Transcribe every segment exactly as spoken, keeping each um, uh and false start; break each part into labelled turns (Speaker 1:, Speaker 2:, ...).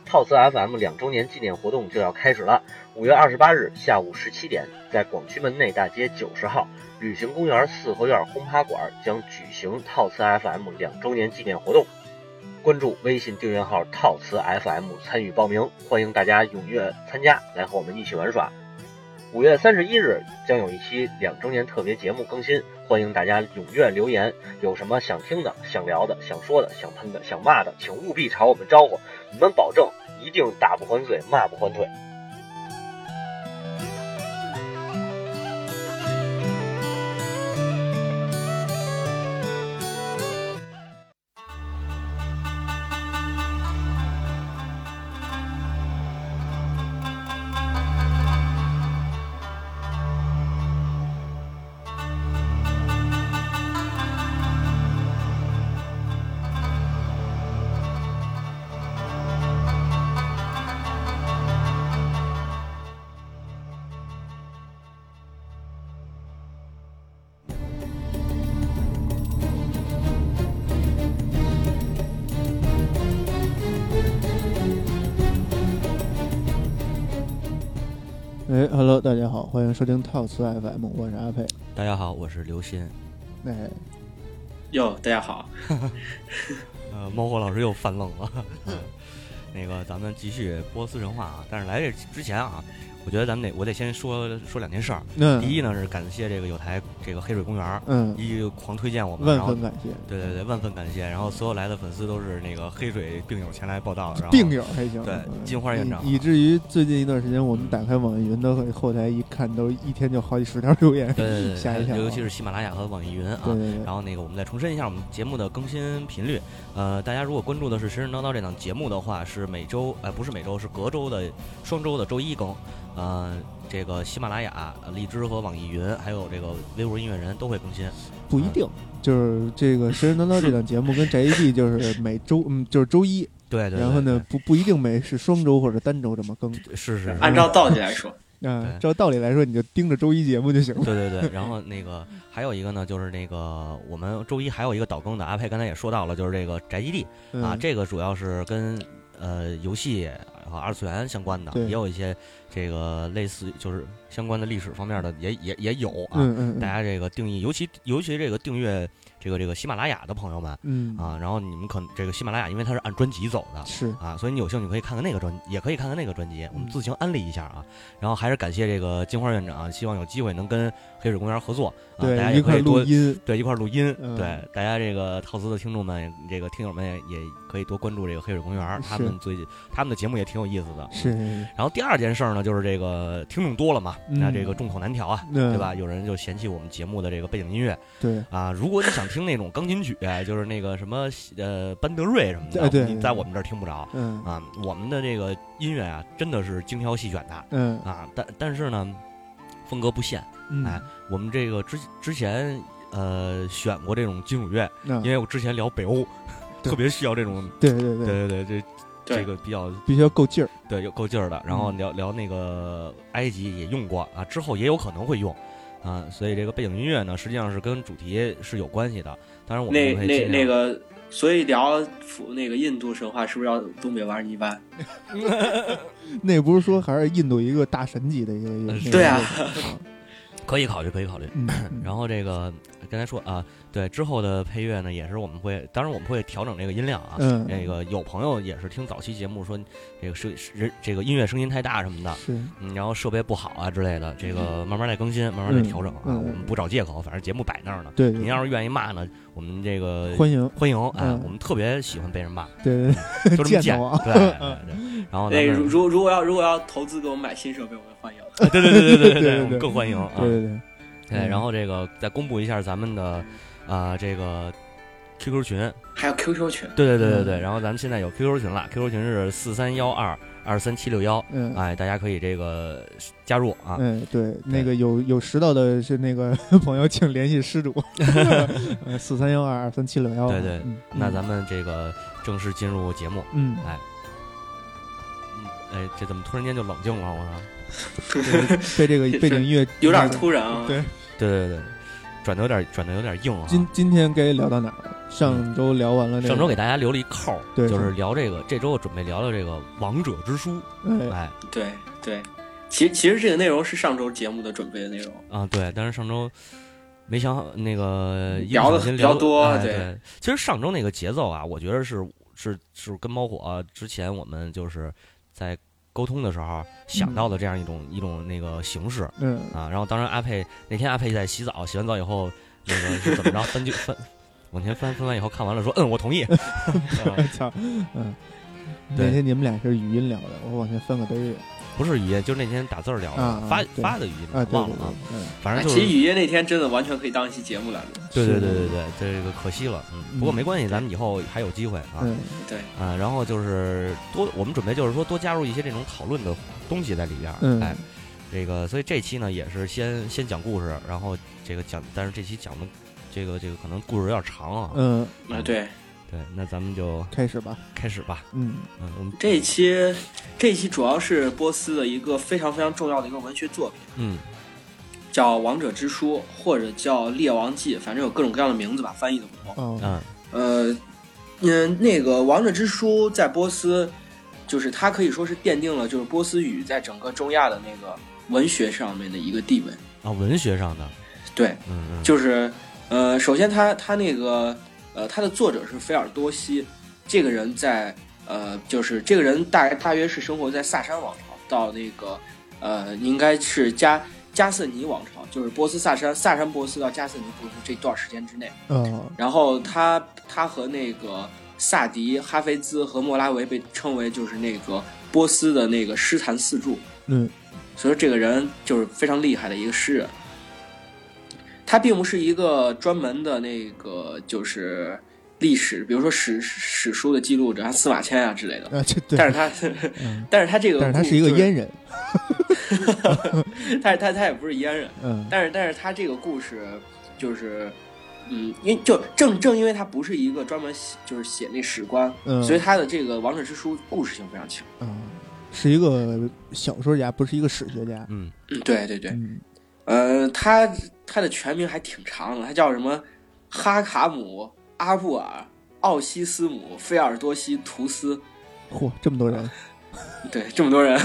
Speaker 1: 套词 F M 两周年纪念活动就要开始了。五月二十八日下午十七点，在广渠门内大街九十号旅行公园四合院轰趴馆将举行套词 F M 两周年纪念活动。关注微信订阅号套词 F M 参与报名，欢迎大家踊跃参加，来和我们一起玩耍。五月三十一日将有一期两周年特别节目更新，欢迎大家踊跃留言，有什么想听的、想聊的、想说的、想喷的、想骂的，请务必朝我们招呼，我们保证一定打不还嘴，骂不还腿。
Speaker 2: 哎 ，Hello， 大家好，欢迎收听套词 F M， 我是阿佩。
Speaker 3: 大家好，我是刘鑫。
Speaker 2: 哎，
Speaker 4: 哟，大家好。
Speaker 3: 呃，猫火老师又犯愣了。那个，咱们继续波斯神话啊，但是来这之前啊，我觉得咱们得我得先说说两件事儿。嗯，第一呢是感谢这个有台这个黑水公园，嗯，一狂推荐我们，
Speaker 2: 万分感谢。
Speaker 3: 对对对，万分感谢。然后所有来的粉丝都是那个黑水病友前来报道，然后
Speaker 2: 病友还行。
Speaker 3: 对，金花院长，
Speaker 2: 以至于最近一段时间我们打开网易云的后台一看，都一天就好几十条留言，
Speaker 3: 对对对，
Speaker 2: 吓一跳。
Speaker 3: 尤其是喜马拉雅和网易云啊。
Speaker 2: 对对对。
Speaker 3: 然后那个我们再重申一下我们节目的更新频率，呃，大家如果关注的是神神叨叨这档节目的话，是每周，呃，不是每周，是隔周的双周的周一更，呃。这个喜马拉雅、荔枝和网易云，还有这个微博音乐人都会更新，
Speaker 2: 不一定，嗯、就是这个神神叨叨这档节目跟宅基地就是每周，嗯，就是周一，
Speaker 3: 对 对, 对。
Speaker 2: 然后呢，不不一定每是双周或者单周这么更，
Speaker 3: 是是。
Speaker 4: 按照道理来说，
Speaker 2: 啊，照道理来说，你就盯着周一节目就行了。
Speaker 3: 对对对。然后那个还有一个呢，就是那个我们周一还有一个导更的，阿佩刚才也说到了，就是这个宅基地、嗯、啊，这个主要是跟呃游戏和二次元相关的，也有一些。这个类似就是相关的历史方面的也也也有啊，
Speaker 2: 嗯嗯嗯，
Speaker 3: 大家这个定义，尤其尤其这个订阅这个这个喜马拉雅的朋友们，
Speaker 2: 嗯
Speaker 3: 啊，然后你们可能这个喜马拉雅，因为它是按专辑走的，
Speaker 2: 是
Speaker 3: 啊，所以你有兴趣可以看看那个专，也可以看看那个专辑，我们自行安利一下啊。然后还是感谢这个金花院长，希望有机会能跟黑水公园合作，啊、
Speaker 2: 对，
Speaker 3: 大家也可以多
Speaker 2: 录音，
Speaker 3: 对，一块录音，
Speaker 2: 嗯、
Speaker 3: 对，大家这个套词的听众们，这个听友们也可以多关注这个黑水公园，他们最近他们的节目也挺有意思的，
Speaker 2: 是。
Speaker 3: 然后第二件事呢，就是这个。听众多了嘛，那这个众口难调啊、嗯，对吧？有人就嫌弃我们节目的这个背景音乐，
Speaker 2: 对
Speaker 3: 啊，如果你想听那种钢琴曲，就是那个什么呃班德瑞什么的，
Speaker 2: 对对，
Speaker 3: 你在我们这儿听不着，
Speaker 2: 嗯
Speaker 3: 啊，我们的这个音乐啊，真的是精挑细选的，
Speaker 2: 嗯
Speaker 3: 啊，但但是呢，风格不限，
Speaker 2: 嗯、
Speaker 3: 哎，我们这个之之前呃选过这种金属乐，
Speaker 2: 嗯、
Speaker 3: 因为我之前聊北欧，特别需要这种，
Speaker 2: 对对对
Speaker 3: 对对对这。这个比较
Speaker 2: 必须要够劲儿，
Speaker 3: 对，有够劲儿的。然后聊、嗯、聊那个埃及也用过啊，之后也有可能会用啊，所以这个背景音乐呢，实际上是跟主题是有关系的。当然我们
Speaker 4: 那那那个，所以聊那个印度神话是不是要东北玩泥湾？
Speaker 2: 那不是说还是印度一个大神级的一个一个？
Speaker 4: 对啊。
Speaker 3: 可以考虑，可以考虑。
Speaker 2: 嗯、
Speaker 3: 然后这个刚才说啊，对之后的配乐呢，也是我们会，当然我们会调整这个音量啊。
Speaker 2: 嗯，
Speaker 3: 那个有朋友也是听早期节目说，这个声人这个音乐声音太大什么的，
Speaker 2: 是，
Speaker 3: 嗯，然后设备不好啊之类的，这个慢慢再更新，慢慢再调整啊。
Speaker 2: 嗯嗯、
Speaker 3: 我们不找借口，反正节目摆那儿呢。
Speaker 2: 对，对
Speaker 3: 您要是愿意骂呢，我们这个
Speaker 2: 欢迎
Speaker 3: 欢迎啊、
Speaker 2: 嗯，
Speaker 3: 我们特别喜欢被人骂。
Speaker 2: 对对
Speaker 3: 对，就这么贱。对对对。然后
Speaker 4: 那如如如果要如果要投资给我们买新设备，我们欢迎。
Speaker 3: 对对对对对
Speaker 2: 对对，
Speaker 3: 我们更欢迎啊。
Speaker 2: 对对对。
Speaker 3: 对，然后这个再公布一下咱们的，啊、呃，这个 Q Q 群，
Speaker 4: 还有 Q Q 群，
Speaker 3: 对对对对对，然后咱们现在有 Q Q 群了 ，Q Q 群是四三幺二二三七六幺，
Speaker 2: 嗯，
Speaker 3: 哎，大家可以这个加入啊，
Speaker 2: 嗯，对，那个有有识到的是那个朋友，请联系施主，四三幺二二三七六幺，
Speaker 3: 对对，
Speaker 2: 嗯、
Speaker 3: 那咱们这个正式进入节目，
Speaker 2: 嗯，
Speaker 3: 哎，嗯，哎，这怎么突然间就冷静了？我说。
Speaker 2: 被这个背景音乐
Speaker 4: 有点突然啊！
Speaker 2: 对
Speaker 3: 对对对， 转的有点转的有点硬啊。
Speaker 2: 今今天该聊到哪儿了？上周聊完了、那个，
Speaker 3: 上周给大家留了一扣，
Speaker 2: 对，
Speaker 3: 就是聊这个，这周准备聊聊这个《王者之书》。
Speaker 2: 哎，
Speaker 3: 哎
Speaker 4: 对对，其实其实这个内容是上周节目的准备的内容
Speaker 3: 啊，对，但是上周没想好那个
Speaker 4: 聊的比较多，
Speaker 3: 哎、
Speaker 4: 对,
Speaker 3: 对。其实上周那个节奏啊，我觉得是是是跟猫火之前我们就是在沟通的时候想到的这样一种、嗯、一种那个形式，
Speaker 2: 嗯
Speaker 3: 啊，然后当然阿佩那天阿佩在洗澡，洗完澡以后那个是怎么着翻就翻。往前翻翻完以后看完了说嗯我同意。
Speaker 2: 操，嗯，那天你们俩是语音聊的，我往前翻个嘚儿。
Speaker 3: 不是语音，就是那天打字聊的，
Speaker 2: 啊、
Speaker 3: 发发的语音，
Speaker 2: 啊、
Speaker 3: 忘了啊。
Speaker 2: 嗯，
Speaker 3: 反正就是、
Speaker 4: 其实语音那天真的完全可以当一期节目来录。
Speaker 3: 对对对对对，这个可惜了，嗯，不过没关系，咱们以后还有机会啊。
Speaker 2: 嗯，
Speaker 4: 对
Speaker 3: 啊，然后就是多，我们准备就是说多加入一些这种讨论的东西在里边，
Speaker 2: 嗯，
Speaker 3: 哎，这个所以这期呢也是先先讲故事，然后这个讲，但是这期讲的。这个这个可能故事有点长啊，
Speaker 2: 嗯
Speaker 4: 啊对
Speaker 3: 对，那咱们就
Speaker 2: 开始吧，
Speaker 3: 开始吧，
Speaker 2: 嗯
Speaker 3: 嗯，我们
Speaker 4: 这一期这一期主要是波斯的一个非常非常重要的一个文学作品，
Speaker 3: 嗯，
Speaker 4: 叫《王者之书》或者叫《列王记》，反正有各种各样的名字吧，翻译的不同。
Speaker 2: 哦，
Speaker 3: 嗯
Speaker 4: 呃嗯，那个《王者之书》在波斯，就是它可以说是奠定了就是波斯语在整个中亚的那个文学上面的一个地位
Speaker 3: 啊，文学上的，
Speaker 4: 对，
Speaker 3: 嗯嗯，
Speaker 4: 就是。呃，首先他他那个呃，他的作者是菲尔多西，这个人在呃，就是这个人大大约是生活在萨珊王朝到那个呃，应该是加加瑟尼王朝，就是波斯萨珊萨珊波斯到加瑟尼波斯这段时间之内。
Speaker 2: 哦，
Speaker 4: 然后他他和那个萨迪、哈菲兹和莫拉维被称为就是那个波斯的那个诗坛四柱。
Speaker 2: 嗯，
Speaker 4: 所以这个人就是非常厉害的一个诗人。他并不是一个专门的那个就是历史，比如说史史书的记录者，司马迁啊之类的。
Speaker 2: 啊，这对。
Speaker 4: 但是他，
Speaker 2: 嗯、
Speaker 4: 但是他这个，
Speaker 2: 但是他是一个阉人。
Speaker 4: 但是他他也不是阉人。
Speaker 2: 嗯。
Speaker 4: 但是但是他这个故事就是，嗯，因就正正因为他不是一个专门写就是写那史官，
Speaker 2: 嗯、
Speaker 4: 所以他的这个《王者之书》故事性非常强。
Speaker 2: 嗯，是一个小说家，不是一个史学家。
Speaker 3: 嗯
Speaker 4: 嗯，对对对。
Speaker 2: 嗯。
Speaker 4: 呃，他他的全名还挺长的，他叫什么？哈卡姆、阿布尔、奥西斯姆、菲尔多西图斯。
Speaker 2: 嚯，这么多人！
Speaker 4: 对，这么多人。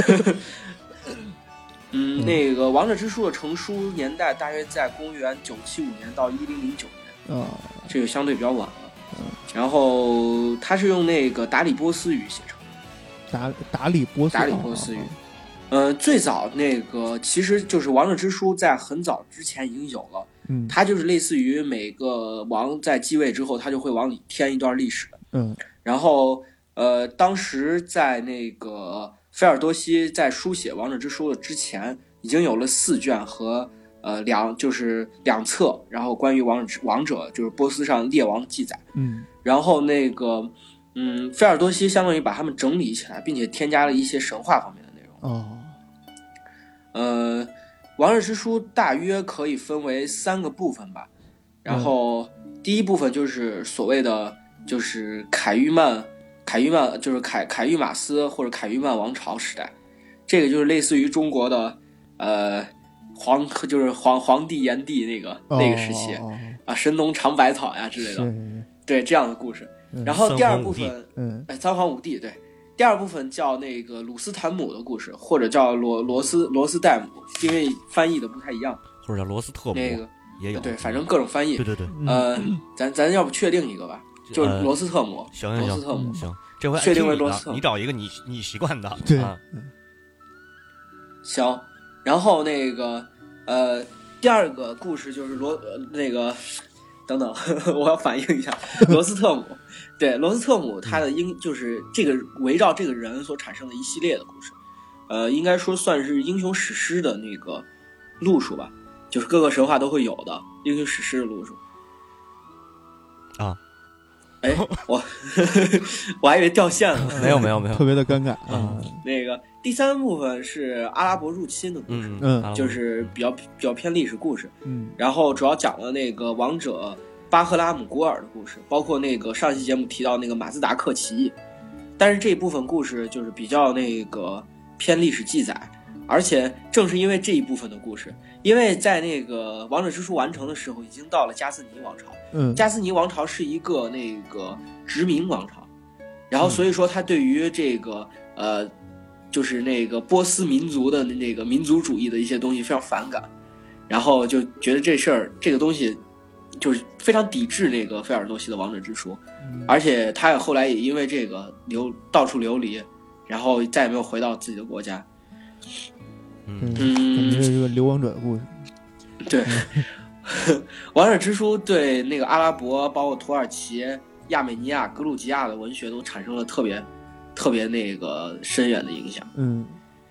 Speaker 4: 嗯，那个《王者之书》的成书年代大约在公元九七五年到一零零九年。
Speaker 2: 啊、哦，
Speaker 4: 这个相对比较晚了。
Speaker 2: 嗯。
Speaker 4: 然后他是用那个达里波斯语写成
Speaker 2: 的。达达里波斯。
Speaker 4: 达里波斯语。呃，最早那个其实就是《王者之书》在很早之前已经有了，
Speaker 2: 嗯，
Speaker 4: 它就是类似于每个王在继位之后，他就会往里添一段历史，
Speaker 2: 嗯，
Speaker 4: 然后呃，当时在那个菲尔多西在书写《王者之书》的之前，已经有了四卷和呃两就是两册，然后关于王者王者就是波斯上列王的记载，
Speaker 2: 嗯，
Speaker 4: 然后那个嗯，菲尔多西相当于把它们整理起来，并且添加了一些神话方面的内容，
Speaker 2: 哦。
Speaker 4: 呃，王者之书大约可以分为三个部分吧，然后第一部分就是所谓的就是凯域曼，凯域曼就是凯凯域马斯或者凯域曼王朝时代，这个就是类似于中国的呃皇就是皇皇帝炎帝那个、
Speaker 2: 哦、
Speaker 4: 那个时期、
Speaker 2: 哦、
Speaker 4: 啊，神农尝百草呀之类的，对这样的故事。
Speaker 2: 嗯、
Speaker 4: 然后第二部分，
Speaker 2: 嗯，
Speaker 4: 哎，三皇五帝对。第二部分叫那个鲁斯坦姆的故事，或者叫罗罗斯罗斯代姆，因为翻译的不太一样，
Speaker 3: 或者叫罗斯特姆，
Speaker 4: 那个
Speaker 3: 也有，
Speaker 4: 对，反正各种翻译。
Speaker 3: 对对对，
Speaker 4: 呃，咱咱要不确定一个吧，就罗斯特姆，
Speaker 3: 呃、行
Speaker 4: 罗斯特姆，
Speaker 3: 行，这回
Speaker 4: 确定为罗斯特姆，
Speaker 3: 你找一个你你习惯的，
Speaker 2: 对，
Speaker 3: 啊、
Speaker 4: 行。然后那个呃，第二个故事就是罗、呃、那个。等等，我要反映一下罗斯特姆。对，罗斯特姆他的英就是这个围绕这个人所产生的一系列的故事，呃，应该说算是英雄史诗的那个路数吧，就是各个神话都会有的英雄史诗的路数。
Speaker 3: 啊，
Speaker 4: 哎，我我还以为掉线了，
Speaker 3: 没有没有没有，
Speaker 2: 特别的尴尬啊、
Speaker 4: 嗯。那个第三部分是阿拉伯入侵的故事，
Speaker 2: 嗯，
Speaker 4: 就是比较比较偏历史故事，
Speaker 2: 嗯，
Speaker 4: 然后主要讲了那个王者巴赫拉姆古尔的故事，包括那个上期节目提到那个马兹达克起义，但是这部分故事就是比较那个偏历史记载， 而且正是因为这一部分的故事，因为在那个王者之书完成的时候，已经到了加斯尼王朝。
Speaker 2: 嗯，
Speaker 4: 加斯尼王朝是一个那个殖民王朝，然后所以说他对于这个呃，就是那个波斯民族的那个民族主义的一些东西非常反感，然后就觉得这事儿这个东西就是非常抵制那个菲尔多西的王者之书，
Speaker 2: 嗯、而
Speaker 4: 且他也后来也因为这个流到处流离，然后再也没有回到自己的国家。
Speaker 2: 嗯，感觉是个流亡者的故事。
Speaker 4: 对，王者之书对那个阿拉伯、包括土耳其、亚美尼亚、格鲁吉亚的文学都产生了特别、特别那个深远的影响。
Speaker 2: 嗯，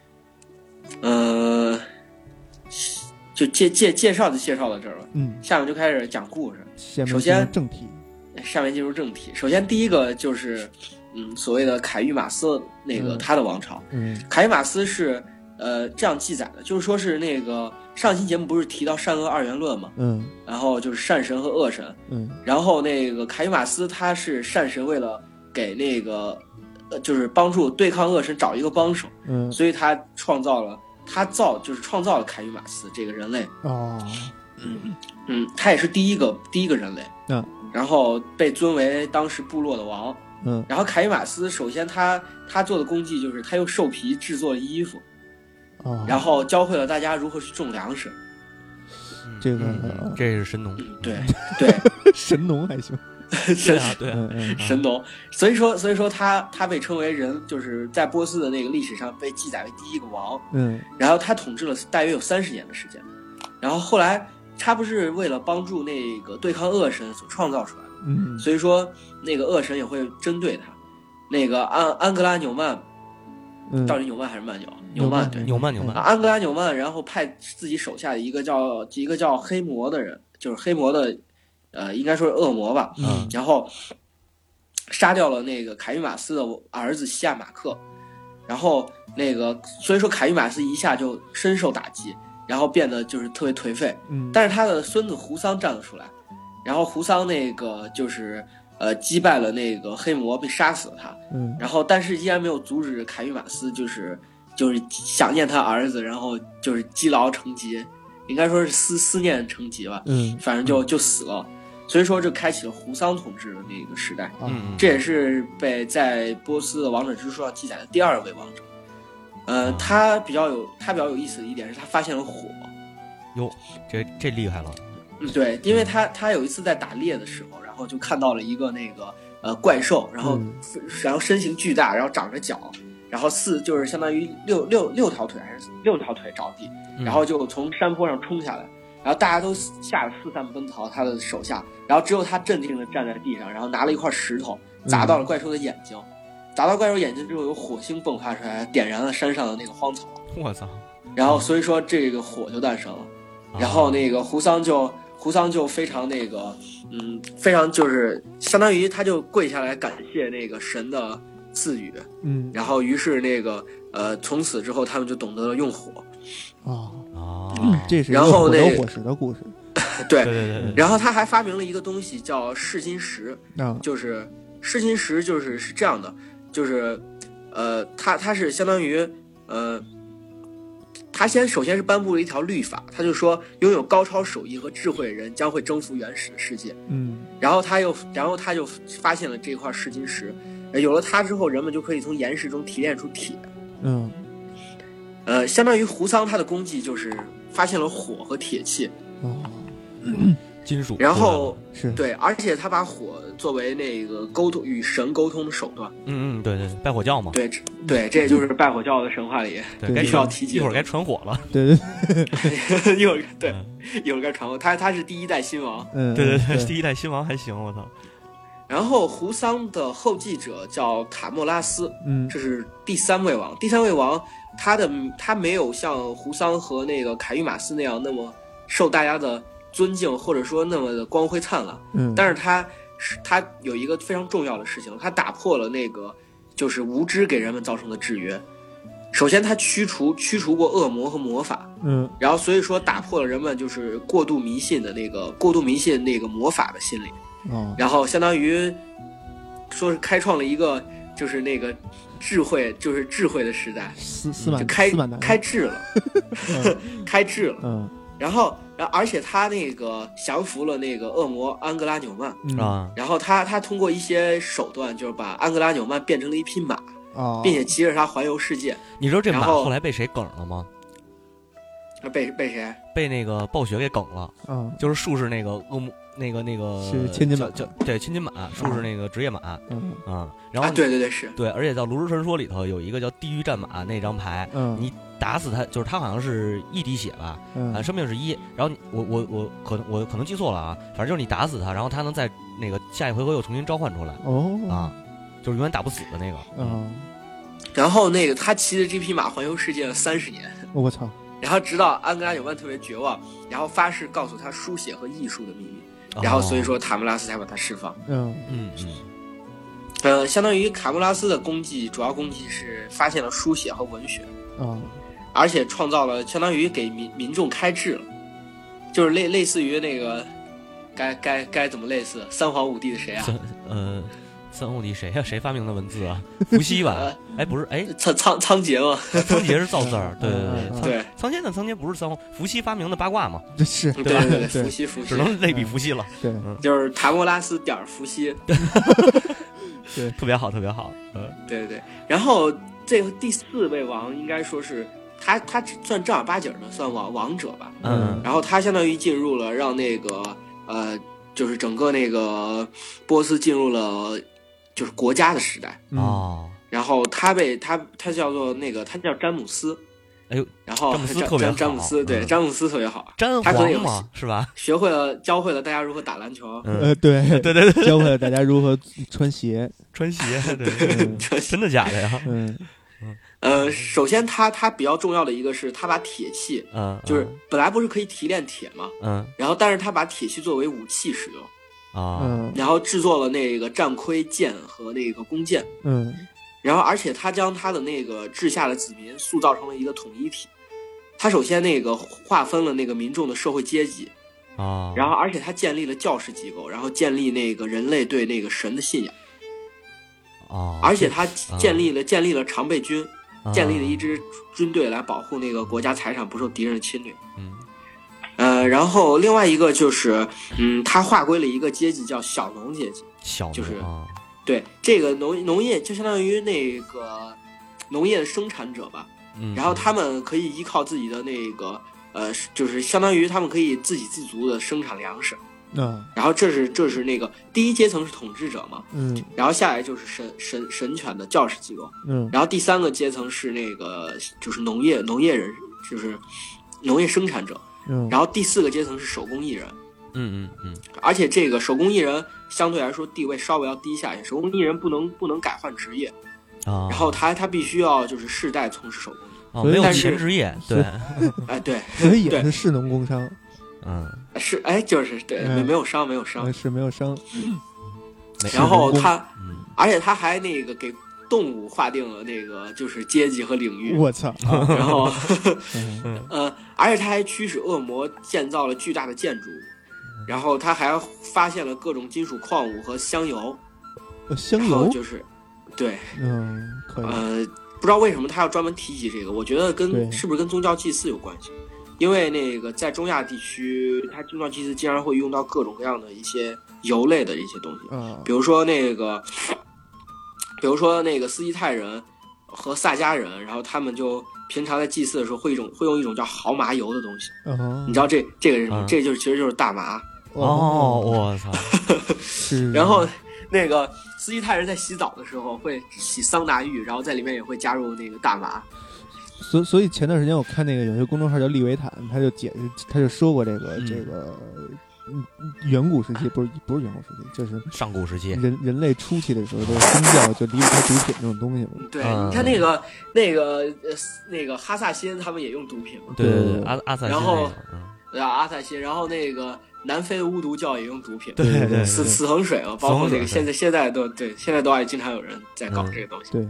Speaker 4: 呃，就介介介绍就介绍到这儿了。
Speaker 2: 嗯，
Speaker 4: 下面就开始讲故事。
Speaker 2: 首先正题，
Speaker 4: 下面进入正题。首先第一个就是，嗯，所谓的凯域马斯那个、嗯、他的王朝。
Speaker 2: 嗯，
Speaker 4: 凯域马斯是。呃，这样记载的，就是说是那个上期节目不是提到善恶二元论嘛，
Speaker 2: 嗯，
Speaker 4: 然后就是善神和恶神，
Speaker 2: 嗯，
Speaker 4: 然后那个凯域马斯他是善神，为了给那个呃，就是帮助对抗恶神找一个帮手，
Speaker 2: 嗯，
Speaker 4: 所以他创造了他造就是创造了凯域马斯这个人类，
Speaker 2: 哦，
Speaker 4: 嗯嗯，他也是第一个第一个人类，
Speaker 2: 嗯，
Speaker 4: 然后被尊为当时部落的王，
Speaker 2: 嗯，
Speaker 4: 然后凯域马斯首先他他做的功绩就是他用兽皮制作了衣服。
Speaker 2: 哦、
Speaker 4: 然后教会了大家如何去种粮食，
Speaker 2: 这个、
Speaker 3: 嗯、这是神农，
Speaker 4: 对对，
Speaker 2: 神农还行，
Speaker 4: 神
Speaker 3: 啊对啊、
Speaker 2: 嗯嗯、
Speaker 4: 神农，所以说所以说他他被称为人，就是在波斯的那个历史上被记载为第一个王，
Speaker 2: 嗯，
Speaker 4: 然后他统治了大约有三十年的时间，然后后来他不是为了帮助那个对抗恶神所创造出来的，
Speaker 2: 嗯，
Speaker 4: 所以说那个恶神也会针对他，那个安安格拉纽曼。
Speaker 2: 嗯、
Speaker 4: 到底纽曼还是曼纽？纽曼对，
Speaker 3: 纽曼纽曼。
Speaker 4: 安格拉纽曼，然后派自己手下的一个叫一个叫黑魔的人，就是黑魔的，呃，应该说是恶魔吧。
Speaker 2: 嗯。
Speaker 4: 然后杀掉了那个凯域马斯的儿子西亚马克，然后那个所以说凯域马斯一下就深受打击，然后变得就是特别颓废。
Speaker 2: 嗯。
Speaker 4: 但是他的孙子胡桑站了出来，然后胡桑那个就是。呃，击败了那个黑魔，并杀死了他。
Speaker 2: 嗯，
Speaker 4: 然后但是依然没有阻止凯域马斯，就是就是想念他儿子，然后就是积劳成疾，应该说是思思念成疾吧。
Speaker 2: 嗯，
Speaker 4: 反正就就死了。所以说，这开启了胡桑统治的那个时代。
Speaker 2: 嗯，
Speaker 4: 这也是被在波斯的王者之书上记载的第二位王者。呃，他比较有他比较有意思的一点是他发现了火。
Speaker 3: 哟，这这厉害了。
Speaker 4: 嗯，对，因为他他有一次在打猎的时候。然后就看到了一个那个呃怪兽，然后、嗯、然后身形巨大，然后长着脚，然后四就是相当于六六六条腿还是六条腿着地，然后就从山坡上冲下来，然后大家都吓得四散奔逃他的手下，然后只有他镇定地站在地上，然后拿了一块石头砸到了怪兽的眼睛，嗯、砸到怪兽眼睛之后有火星迸发出来，点燃了山上的那个荒草。
Speaker 3: 我操！
Speaker 4: 然后所以说这个火就诞生了，然后那个胡桑就。胡桑就非常那个，嗯，非常就是相当于他就跪下来感谢那个神的赐予，
Speaker 2: 嗯，
Speaker 4: 然后于是那个呃，从此之后他们就懂得了用火，
Speaker 2: 啊
Speaker 3: 啊、
Speaker 2: 嗯，这是
Speaker 4: 然后那
Speaker 2: 个火石的故事，
Speaker 4: 对
Speaker 3: 对对对，
Speaker 4: 然后他还发明了一个东西叫噬金石，
Speaker 2: 啊，
Speaker 4: 就是噬金石就是是这样的，就是呃，它它是相当于呃。他先首先是颁布了一条律法，他就说拥有高超手艺和智慧的人将会征服原始的世界。
Speaker 2: 嗯，
Speaker 4: 然后他又然后他就发现了这块噬金石，有了它之后，人们就可以从岩石中提炼出铁。
Speaker 2: 嗯，
Speaker 4: 呃，相当于胡桑他的功绩就是发现了火和铁器。
Speaker 2: 哦，
Speaker 3: 金属。
Speaker 4: 然后
Speaker 2: 是
Speaker 4: 对，而且他把火作为那个沟通与神沟通的手段。
Speaker 3: 嗯嗯，对对对，拜火教嘛。
Speaker 4: 对对，这也就是拜火教的神话里必须要提及。
Speaker 3: 一会儿该传火了。
Speaker 2: 对对，
Speaker 4: 一会儿对，一会儿该传火。他他是第一代新王。
Speaker 2: 嗯，
Speaker 3: 对对对，第一代新王还行，我操。
Speaker 4: 然后胡桑的后继者叫卡莫拉斯，
Speaker 2: 嗯，
Speaker 4: 这是第三位王。第三位王，他的他没有像胡桑和那个凯域马斯那样那么受大家的尊敬，或者说那么的光辉灿烂。
Speaker 2: 嗯，
Speaker 4: 但是他是他有一个非常重要的事情，他打破了那个就是无知给人们造成的制约。首先，他驱除驱除过恶魔和魔法，
Speaker 2: 嗯，
Speaker 4: 然后所以说打破了人们就是过度迷信的那个过度迷信那个魔法的心理。
Speaker 2: 哦，
Speaker 4: 然后相当于说是开创了一个就是那个智慧就是智慧的时代，
Speaker 2: 司司马
Speaker 4: 就开
Speaker 2: 司马南
Speaker 4: 开智了，开智了。
Speaker 2: 嗯，
Speaker 4: 然后，然后而且他那个降服了那个恶魔安格拉纽曼
Speaker 3: 啊、
Speaker 2: 嗯，
Speaker 4: 然后他他通过一些手段，就是把安格拉纽曼变成了一匹马，
Speaker 2: 哦，
Speaker 4: 并且骑着它环游世界。
Speaker 3: 你知道这马
Speaker 4: 然后
Speaker 3: 后来被谁梗了吗？
Speaker 4: 被被谁？
Speaker 3: 被那个暴雪给梗了。
Speaker 2: 嗯，
Speaker 3: 就是术士那个恶魔，那个那个
Speaker 2: 是千金马，
Speaker 3: 叫对千金马，术士那个职业马。
Speaker 2: 嗯
Speaker 3: 啊，然后、
Speaker 4: 啊、对对对是
Speaker 3: 对，而且在炉石传说里头有一个叫地狱战马那张牌，
Speaker 2: 嗯，
Speaker 3: 你打死他，就是他好像是一滴血吧，
Speaker 2: 嗯，
Speaker 3: 啊，生命是一，然后你我我我可能我可能记错了啊，反正就是你打死他，然后他能在那个下一回合又重新召唤出来。
Speaker 2: 哦
Speaker 3: 啊，就是永远打不死的那个。
Speaker 2: 嗯，
Speaker 4: 然后那个他骑着这匹马环游世界了三十年。
Speaker 2: 我操！
Speaker 4: 然后直到安格拉纽曼特别绝望，然后发誓告诉他书写和艺术的秘密，
Speaker 3: 哦、
Speaker 4: 然后所以说塔穆拉斯才把他释放。
Speaker 2: 嗯
Speaker 3: 嗯嗯。
Speaker 4: 呃，相当于卡穆拉斯的功绩，主要功绩是发现了书写和文学，
Speaker 2: 啊，
Speaker 4: 而且创造了相当于给民民众开智了，就是类类似于那个，该该该怎么类似三皇五帝的谁啊？
Speaker 3: 呃，三皇五帝谁呀、啊？谁发明的文字啊？伏羲吧？
Speaker 4: 呃、
Speaker 3: 哎，不是，哎，
Speaker 4: 仓仓仓颉嘛？
Speaker 3: 仓颉是造字儿，对对对
Speaker 4: 对，
Speaker 3: 仓颉呢？仓颉不是三皇，伏羲发明的八卦嘛？
Speaker 2: 这是
Speaker 4: 对对对，伏羲伏羲
Speaker 3: 只能类比伏羲了。
Speaker 2: 对，
Speaker 3: 嗯、
Speaker 4: 就是塔莫拉斯点儿伏羲。
Speaker 2: 对，
Speaker 3: 特别好，特别好。嗯，
Speaker 4: 对对对。然后这个第四位王应该说是他，他算正儿八经的算王王者吧。
Speaker 3: 嗯。
Speaker 4: 然后他相当于进入了让那个呃，就是整个那个波斯进入了就是国家的时代。
Speaker 3: 哦。
Speaker 4: 然后他被他他叫做那个他叫詹姆斯。
Speaker 3: 哎呦，
Speaker 4: 然后
Speaker 3: 詹姆斯特别好。
Speaker 4: 詹姆斯对、嗯、詹姆斯特别好。
Speaker 3: 詹皇嘛，是吧？
Speaker 4: 学会了教会了大家如何打篮球。
Speaker 2: 嗯、呃，对
Speaker 3: 对对对，
Speaker 2: 教会了大家如何穿鞋。
Speaker 3: 穿鞋，对，嗯、真的假的呀？
Speaker 2: 嗯，
Speaker 4: 呃，首先他他比较重要的一个是他把铁器，
Speaker 3: 嗯，
Speaker 4: 就是本来不是可以提炼铁吗？
Speaker 3: 嗯，
Speaker 4: 然后但是他把铁器作为武器使用，
Speaker 3: 啊，
Speaker 2: 嗯，
Speaker 4: 然后制作了那个战盔、剑和那个弓箭，
Speaker 2: 嗯，
Speaker 4: 然后而且他将他的那个治下的子民塑造成了一个统一体，他首先那个划分了那个民众的社会阶级。
Speaker 3: 啊，
Speaker 4: 然后而且他建立了教士机构，然后建立那个人类对那个神的信仰。
Speaker 3: 哦，
Speaker 4: 而且他建立了、啊、建立了常备军、
Speaker 3: 啊，
Speaker 4: 建立了一支军队来保护那个国家财产不受敌人的侵略。
Speaker 3: 嗯，
Speaker 4: 呃，然后另外一个就是，嗯，他划归了一个阶级叫小农阶级，
Speaker 3: 小农
Speaker 4: 就是、
Speaker 3: 啊、
Speaker 4: 对这个农农业就相当于那个农业的生产者吧。
Speaker 3: 嗯，
Speaker 4: 然后他们可以依靠自己的那个呃，就是相当于他们可以自给自足的生产粮食。
Speaker 2: 嗯，
Speaker 4: 然后这是这是那个第一阶层是统治者嘛，
Speaker 2: 嗯，
Speaker 4: 然后下来就是神神神权的教士机构，
Speaker 2: 嗯，
Speaker 4: 然后第三个阶层是那个就是农业农业人，就是农业生产者，
Speaker 2: 嗯，
Speaker 4: 然后第四个阶层是手工艺人，
Speaker 3: 嗯嗯嗯，
Speaker 4: 而且这个手工艺人相对来说地位稍微要低下一些，手工艺人不能不能改换职业，
Speaker 3: 啊，
Speaker 4: 然后他他必须要就是世代从事手工艺，
Speaker 3: 哦，没有前职业，对，
Speaker 4: 哎对，
Speaker 2: 所以也是士农工商。
Speaker 3: 嗯，
Speaker 4: 是哎，就是对，嗯、没有伤，没有伤，
Speaker 2: 是没有伤。
Speaker 4: 然后他，
Speaker 3: 嗯、
Speaker 4: 而且他还那个给动物划定了那个就是阶级和领域。
Speaker 2: 我操！
Speaker 4: 啊、然后，
Speaker 3: 嗯、
Speaker 4: 呃，而且他还驱使恶魔建造了巨大的建筑物，然后他还发现了各种金属矿物和香油。
Speaker 2: 呃，香油
Speaker 4: 就是，对，
Speaker 2: 嗯，可以。
Speaker 4: 呃，不知道为什么他要专门提及这个，我觉得跟是不是跟宗教祭祀有关系？因为那个在中亚地区，它宗教祭祀经常会用到各种各样的一些油类的一些东西，
Speaker 2: 嗯，
Speaker 4: 比如说那个，比如说那个斯基泰人和萨迦人，然后他们就平常在祭祀的时候会一种会用一种叫毫麻油的东西，
Speaker 2: 嗯，
Speaker 4: 你知道这这个是什么？
Speaker 3: 嗯、
Speaker 4: 这个就是其实就是大麻。
Speaker 3: 哦，我操！
Speaker 4: 然后那个斯基泰人在洗澡的时候会洗桑拿浴，然后在里面也会加入那个大麻。
Speaker 2: 所所以前段时间我看那个有一个公众号叫利维坦，他就解释，他就说过这个、嗯、这个，嗯，远古时期不是不是远古时期，就是
Speaker 3: 上古时期，
Speaker 2: 人人类初期的时候，这个宗教就离不开毒品这种东西嘛。
Speaker 4: 对，
Speaker 3: 嗯、
Speaker 4: 你看那个那个呃那个哈萨辛他们也用毒品嘛。
Speaker 3: 对对对，阿阿萨辛。
Speaker 4: 然后，
Speaker 3: 嗯、
Speaker 4: 啊阿萨辛，然后那个南非的巫毒教也用毒品，
Speaker 3: 对对对，
Speaker 4: 死死衡水嘛，包括那个现在现在都对，现在都还经常有人在搞这个东西。
Speaker 2: 嗯、对。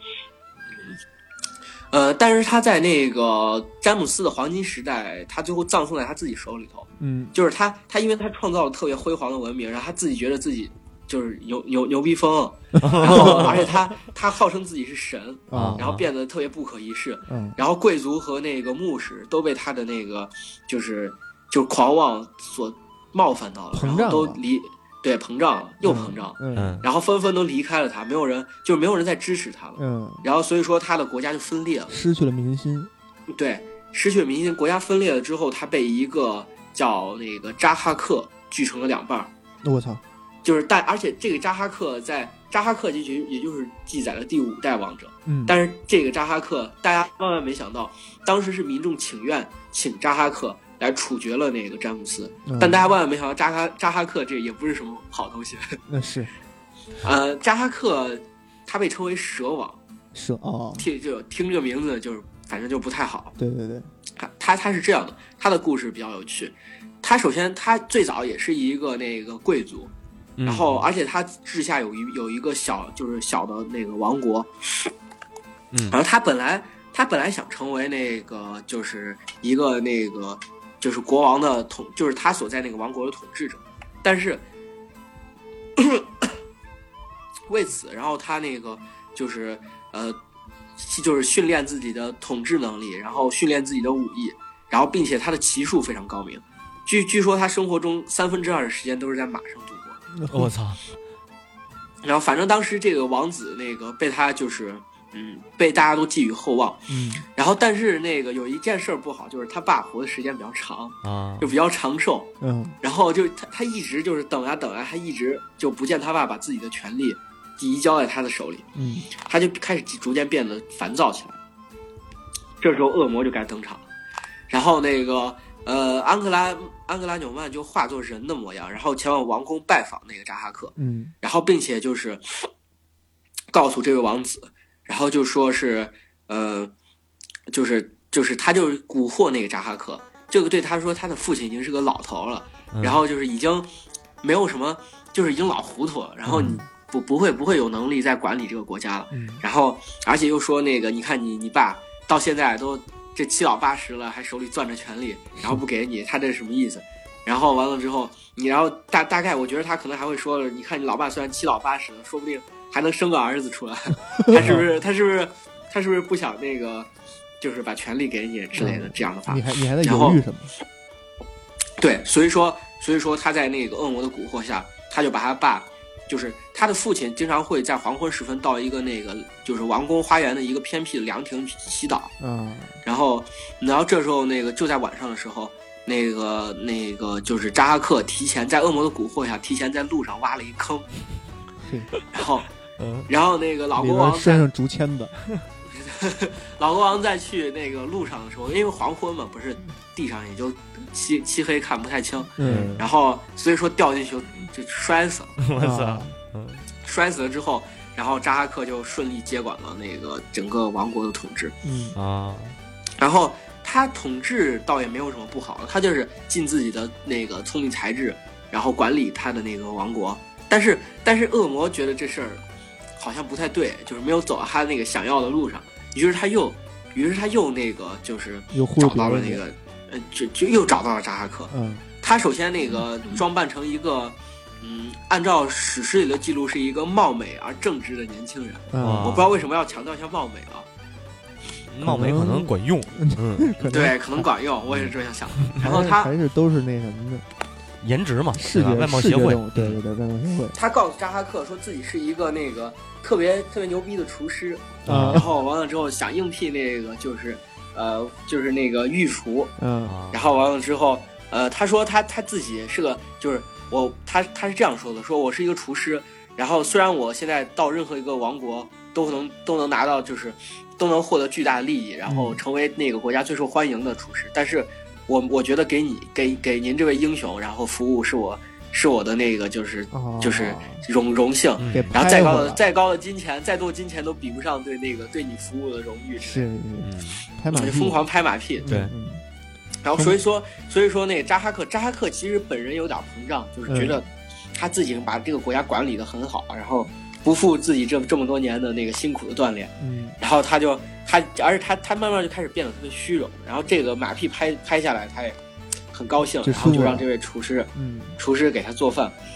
Speaker 4: 呃，但是他在那个詹姆斯的黄金时代，他最后葬送在他自己手里头。
Speaker 2: 嗯，
Speaker 4: 就是他，他因为他创造了特别辉煌的文明，然后他自己觉得自己就是牛牛牛逼疯，然后而且他他号称自己是神，
Speaker 2: 啊、
Speaker 4: 然后变得特别不可一世，
Speaker 2: 嗯、
Speaker 4: 然后贵族和那个牧师都被他的那个就是就是狂妄所冒犯到了，
Speaker 2: 膨胀了，
Speaker 4: 然后都离对膨胀了，又膨胀，
Speaker 2: 嗯，嗯
Speaker 4: 然后纷纷都离开了他，没有人就是没有人再支持他了，
Speaker 2: 嗯，
Speaker 4: 然后所以说他的国家就分裂了，
Speaker 2: 失去了民心，
Speaker 4: 对，失去了民心，国家分裂了之后，他被一个叫那个扎哈克锯成了两半。
Speaker 2: 我操！
Speaker 4: 就是但而且这个扎哈克在扎哈克就也就是记载了第五代王者，
Speaker 2: 嗯，
Speaker 4: 但是这个扎哈克大家万万没想到，当时是民众请愿请扎哈克来处决了那个詹姆斯，
Speaker 2: 嗯、
Speaker 4: 但大家万万没想到扎哈扎哈克这也不是什么好东西，
Speaker 2: 那是，
Speaker 4: 呃，扎哈克他被称为蛇王，
Speaker 2: 蛇哦，
Speaker 4: 听就听这个名字就是反正就不太好，
Speaker 2: 对对对，
Speaker 4: 他他他是这样的，他的故事比较有趣，他首先他最早也是一个那个贵族。然后，而且他治下有一有一个小，就是小的那个王国，
Speaker 3: 嗯，
Speaker 4: 然后他本来他本来想成为那个就是一个那个就是国王的统，就是他所在那个王国的统治者，但是为此，然后他那个就是呃，就是训练自己的统治能力，然后训练自己的武艺，然后并且他的骑术非常高明，据据说他生活中三分之二的时间都是在马上度过。
Speaker 3: 我操！
Speaker 4: 然后反正当时这个王子那个被他就是嗯被大家都寄予厚望，
Speaker 2: 嗯，
Speaker 4: 然后但是那个有一件事不好，就是他爸活的时间比较长
Speaker 3: 啊，
Speaker 4: 就比较长寿，
Speaker 2: 嗯，
Speaker 4: 然后就他他一直就是等啊等啊，他一直就不见他爸把自己的权力移交在他的手里，
Speaker 2: 嗯，
Speaker 4: 他就开始逐渐变得烦躁起来。这时候恶魔就该登场了，然后那个。呃，安格拉安格拉纽曼就化作人的模样，然后前往王宫拜访那个扎哈克，
Speaker 2: 嗯，
Speaker 4: 然后并且就是告诉这位王子，然后就说是呃，就是就是他就是蛊惑那个扎哈克，这个对他说他的父亲已经是个老头了，
Speaker 3: 嗯、
Speaker 4: 然后就是已经没有什么，就是已经老糊涂了，然后你不不会不会有能力再管理这个国家了，
Speaker 2: 嗯，
Speaker 4: 然后而且又说那个你看你你爸到现在都。这七老八十了，还手里攥着权力，然后不给你，他这是什么意思？然后完了之后，你然后大大概，我觉得他可能还会说了，你看你老爸虽然七老八十了，说不定还能生个儿子出来，他是不是？他是不是？他是不是不想那个，就是把权力给你之类的这样的话？
Speaker 2: 你还你还在犹豫什么？
Speaker 4: 对，所以说，所以说他在那个恶魔的蛊惑下，他就把他爸。就是他的父亲经常会在黄昏时分到一个那个就是王宫花园的一个偏僻的凉亭去祈祷，
Speaker 2: 嗯，
Speaker 4: 然后然后这时候那个就在晚上的时候，那个那个就是扎哈克提前在恶魔的蛊惑下提前在路上挖了一坑，然后然后那个老国王
Speaker 2: 身上竹签子，
Speaker 4: 老国王在去那个路上的时候，因为黄昏嘛，不是地上也就漆漆黑看不太清，
Speaker 2: 嗯，
Speaker 4: 然后所以说掉进去就摔死了，
Speaker 3: 我操，
Speaker 4: 嗯，摔死了之后，然后扎哈克就顺利接管了那个整个王国的统治，
Speaker 2: 嗯
Speaker 3: 啊，
Speaker 4: 然后他统治倒也没有什么不好的，他就是尽自己的那个聪明才智，然后管理他的那个王国，但是但是恶魔觉得这事儿好像不太对，就是没有走到他那个想要的路上，于是他又于是他又那个就是找到了那个呃就就又找到了扎哈克，
Speaker 2: 嗯，
Speaker 4: 他首先那个装扮成一个嗯按照史诗里的记录是一个貌美而正直的年轻人，
Speaker 2: 嗯，
Speaker 4: 我不知道为什么要强调一下貌美啊，
Speaker 3: 貌美可能管用，
Speaker 2: 嗯，
Speaker 4: 对，可能管用，我也是这样想。然后他
Speaker 2: 还是都是那什么的，
Speaker 3: 颜值嘛，
Speaker 2: 视觉
Speaker 3: 外貌协会，
Speaker 2: 对对对，外貌协会。
Speaker 4: 他告诉扎哈克说自己是一个那个特别特别牛逼的厨师，
Speaker 2: 啊，
Speaker 4: 然后完了之后想应聘那个就是呃就是那个御厨，
Speaker 2: 嗯，
Speaker 4: 然后完了之后呃他说他他自己是个就是我他他是这样说的，说我是一个厨师，然后虽然我现在到任何一个王国都能都能拿到就是都能获得巨大的利益，然后成为那个国家最受欢迎的厨师，但是我我觉得给你给给您这位英雄然后服务是我是我的那个就是、哦、就是荣荣幸、
Speaker 2: 嗯，
Speaker 4: 然后再高的再高的金钱再多金钱都比不上对那个对你服务的荣誉，
Speaker 2: 是
Speaker 3: 嗯，
Speaker 2: 拍马屁，
Speaker 4: 疯狂拍马屁，
Speaker 3: 对，
Speaker 2: 嗯，
Speaker 4: 然后所以说所以说那个扎哈克扎哈克其实本人有点膨胀，就是觉得他自己把这个国家管理得很好，然后不负自己这这么多年的那个辛苦的锻炼，
Speaker 2: 嗯，
Speaker 4: 然后他就他，而且他他慢慢就开始变得特别虚荣，然后这个马屁拍拍下来，他也很高兴，然后就让这位厨师，
Speaker 2: 嗯，
Speaker 4: 厨师给他做饭，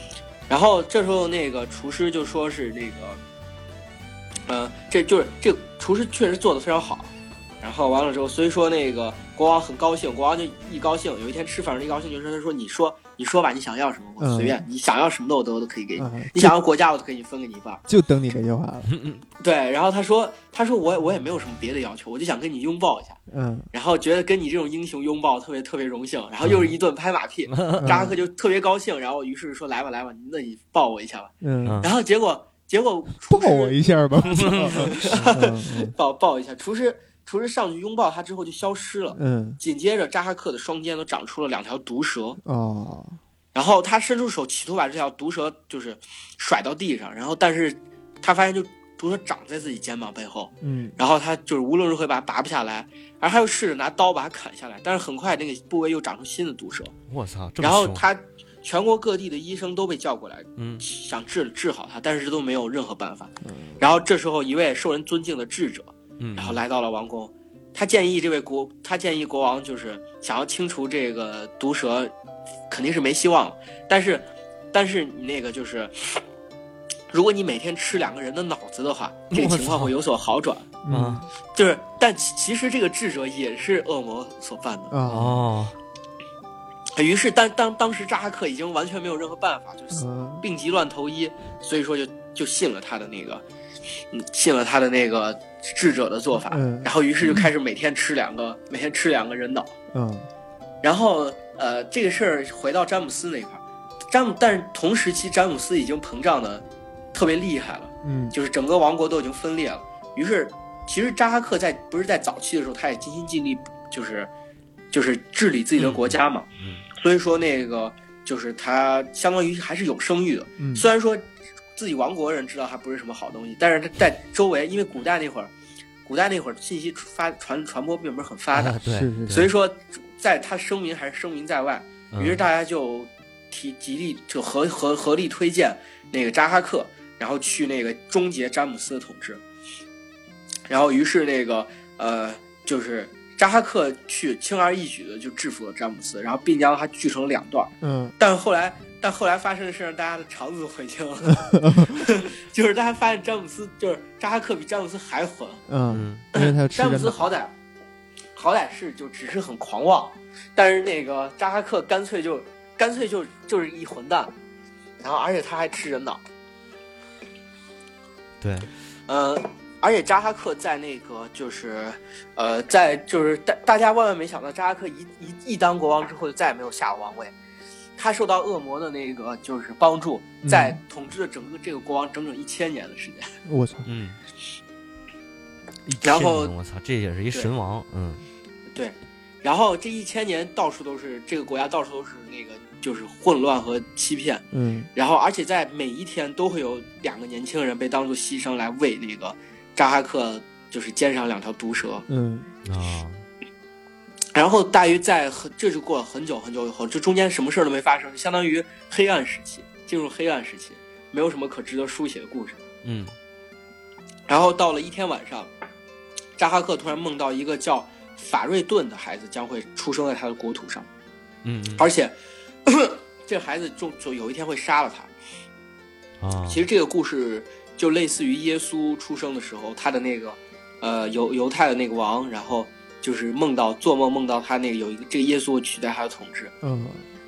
Speaker 4: 然后这时候那个厨师就说是那个，呃，这就是这个厨师确实做的非常好。然后完了之后，所以说那个国王很高兴，国王就一高兴，有一天吃饭一高兴，就是他说：“你说，你说吧，你想要什么，我随便，嗯、你想要什么的我都都可以给你，嗯、你想要国家我都可以分给你一半。”
Speaker 2: 就等你这句话了。
Speaker 4: 对，然后他说：“他说我我也没有什么别的要求，我就想跟你拥抱一下。”嗯，然后觉得跟你这种英雄拥抱特别特别荣幸，然后又是一顿拍马屁，嗯、扎哈克就特别高兴，然后于是说：“来吧来吧，那你抱我一下吧。”嗯，然后结果结果
Speaker 2: 抱我一下吧，
Speaker 4: 抱抱一下，厨师。厨师上去拥抱他之后就消失了，嗯，紧接着扎哈克的双肩都长出了两条毒蛇，哦，然后他伸出手企图把这条毒蛇就是甩到地上，然后但是他发现就毒蛇长在自己肩膀背后，嗯，然后他就是无论如何把它拔不下来，而他又试着拿刀把它砍下来，但是很快那个部位又长出新的毒蛇，
Speaker 3: 我操！
Speaker 4: 然后他全国各地的医生都被叫过来，嗯，想治治好他，但是都没有任何办法，嗯，然后这时候一位受人尊敬的智者。然后来到了王宫，他建议这位国，他建议国王就是想要清除这个毒蛇，肯定是没希望了。但是，但是你那个就是，如果你每天吃两个人的脑子的话，这个情况会有所好转。嗯，就是，但其实这个智者也是恶魔所犯的。
Speaker 3: 哦。
Speaker 4: 于是当当当时扎哈克已经完全没有任何办法，就是病急乱投医，所以说就就信了他的那个，嗯，信了他的那个。智者的做法，嗯、然后于是就开始每天吃两个，嗯、每天吃两个人脑，嗯，然后呃，这个事儿回到詹姆斯那块儿，詹姆，但是同时期詹姆斯已经膨胀的特别厉害了，嗯，就是整个王国都已经分裂了。于是，其实扎哈克在不是在早期的时候，他也尽心尽力，就是就是治理自己的国家嘛，嗯，嗯所以说那个就是他相当于还是有声誉的，嗯，虽然说。自己亡国人知道它不是什么好东西，但是他在周围，因为古代那会儿，古代那会儿信息发传传播并不是很发达，
Speaker 3: 啊、对，
Speaker 4: 所以说在他声名还是声名在外，于是大家就提极力就合合合力推荐那个扎哈克，然后去那个终结詹姆斯的统治，然后于是那个呃就是扎哈克去轻而易举的就制服了詹姆斯，然后并将他锯成了两段，嗯，但是后来。但后来发生的事让大家的肠子都悔青了，就是大家发现詹姆斯就是扎哈克比詹姆斯还混，
Speaker 2: 嗯，因为他
Speaker 4: 詹姆斯好歹好歹是就只是很狂妄，但是那个扎哈克干脆就干脆就就是一混蛋，然后而且他还吃人脑，
Speaker 3: 对，
Speaker 4: 呃，而且扎哈克在那个就是呃在就是大大家万万没想到扎哈克一一一当国王之后就再也没有下过王位。他受到恶魔的那个就是帮助，在统治了整个这个国王整整一千年的时间。
Speaker 2: 我操，
Speaker 3: 嗯，
Speaker 4: 然后
Speaker 3: 我操，这也是一神王，嗯，
Speaker 4: 对。然后这一千年到处都是这个国家，到处都是那个就是混乱和欺骗，嗯。然后而且在每一天都会有两个年轻人被当作牺牲来为那个扎哈克就是肩上两条毒蛇，
Speaker 2: 嗯
Speaker 3: 啊。
Speaker 4: 然后大约在这就过了很久很久以后，这中间什么事都没发生，相当于黑暗时期，进入黑暗时期，没有什么可值得书写的故事。
Speaker 3: 嗯。
Speaker 4: 然后到了一天晚上，扎哈克突然梦到一个叫法瑞顿的孩子将会出生在他的国土上。
Speaker 3: 嗯。
Speaker 4: 而且呵呵这个孩子就就有一天会杀了他。
Speaker 3: 啊。
Speaker 4: 其实这个故事就类似于耶稣出生的时候，他的那个呃犹犹太的那个王，然后。就是梦到做梦梦到他那个有一个这个耶稣取代他的统治，
Speaker 2: 嗯，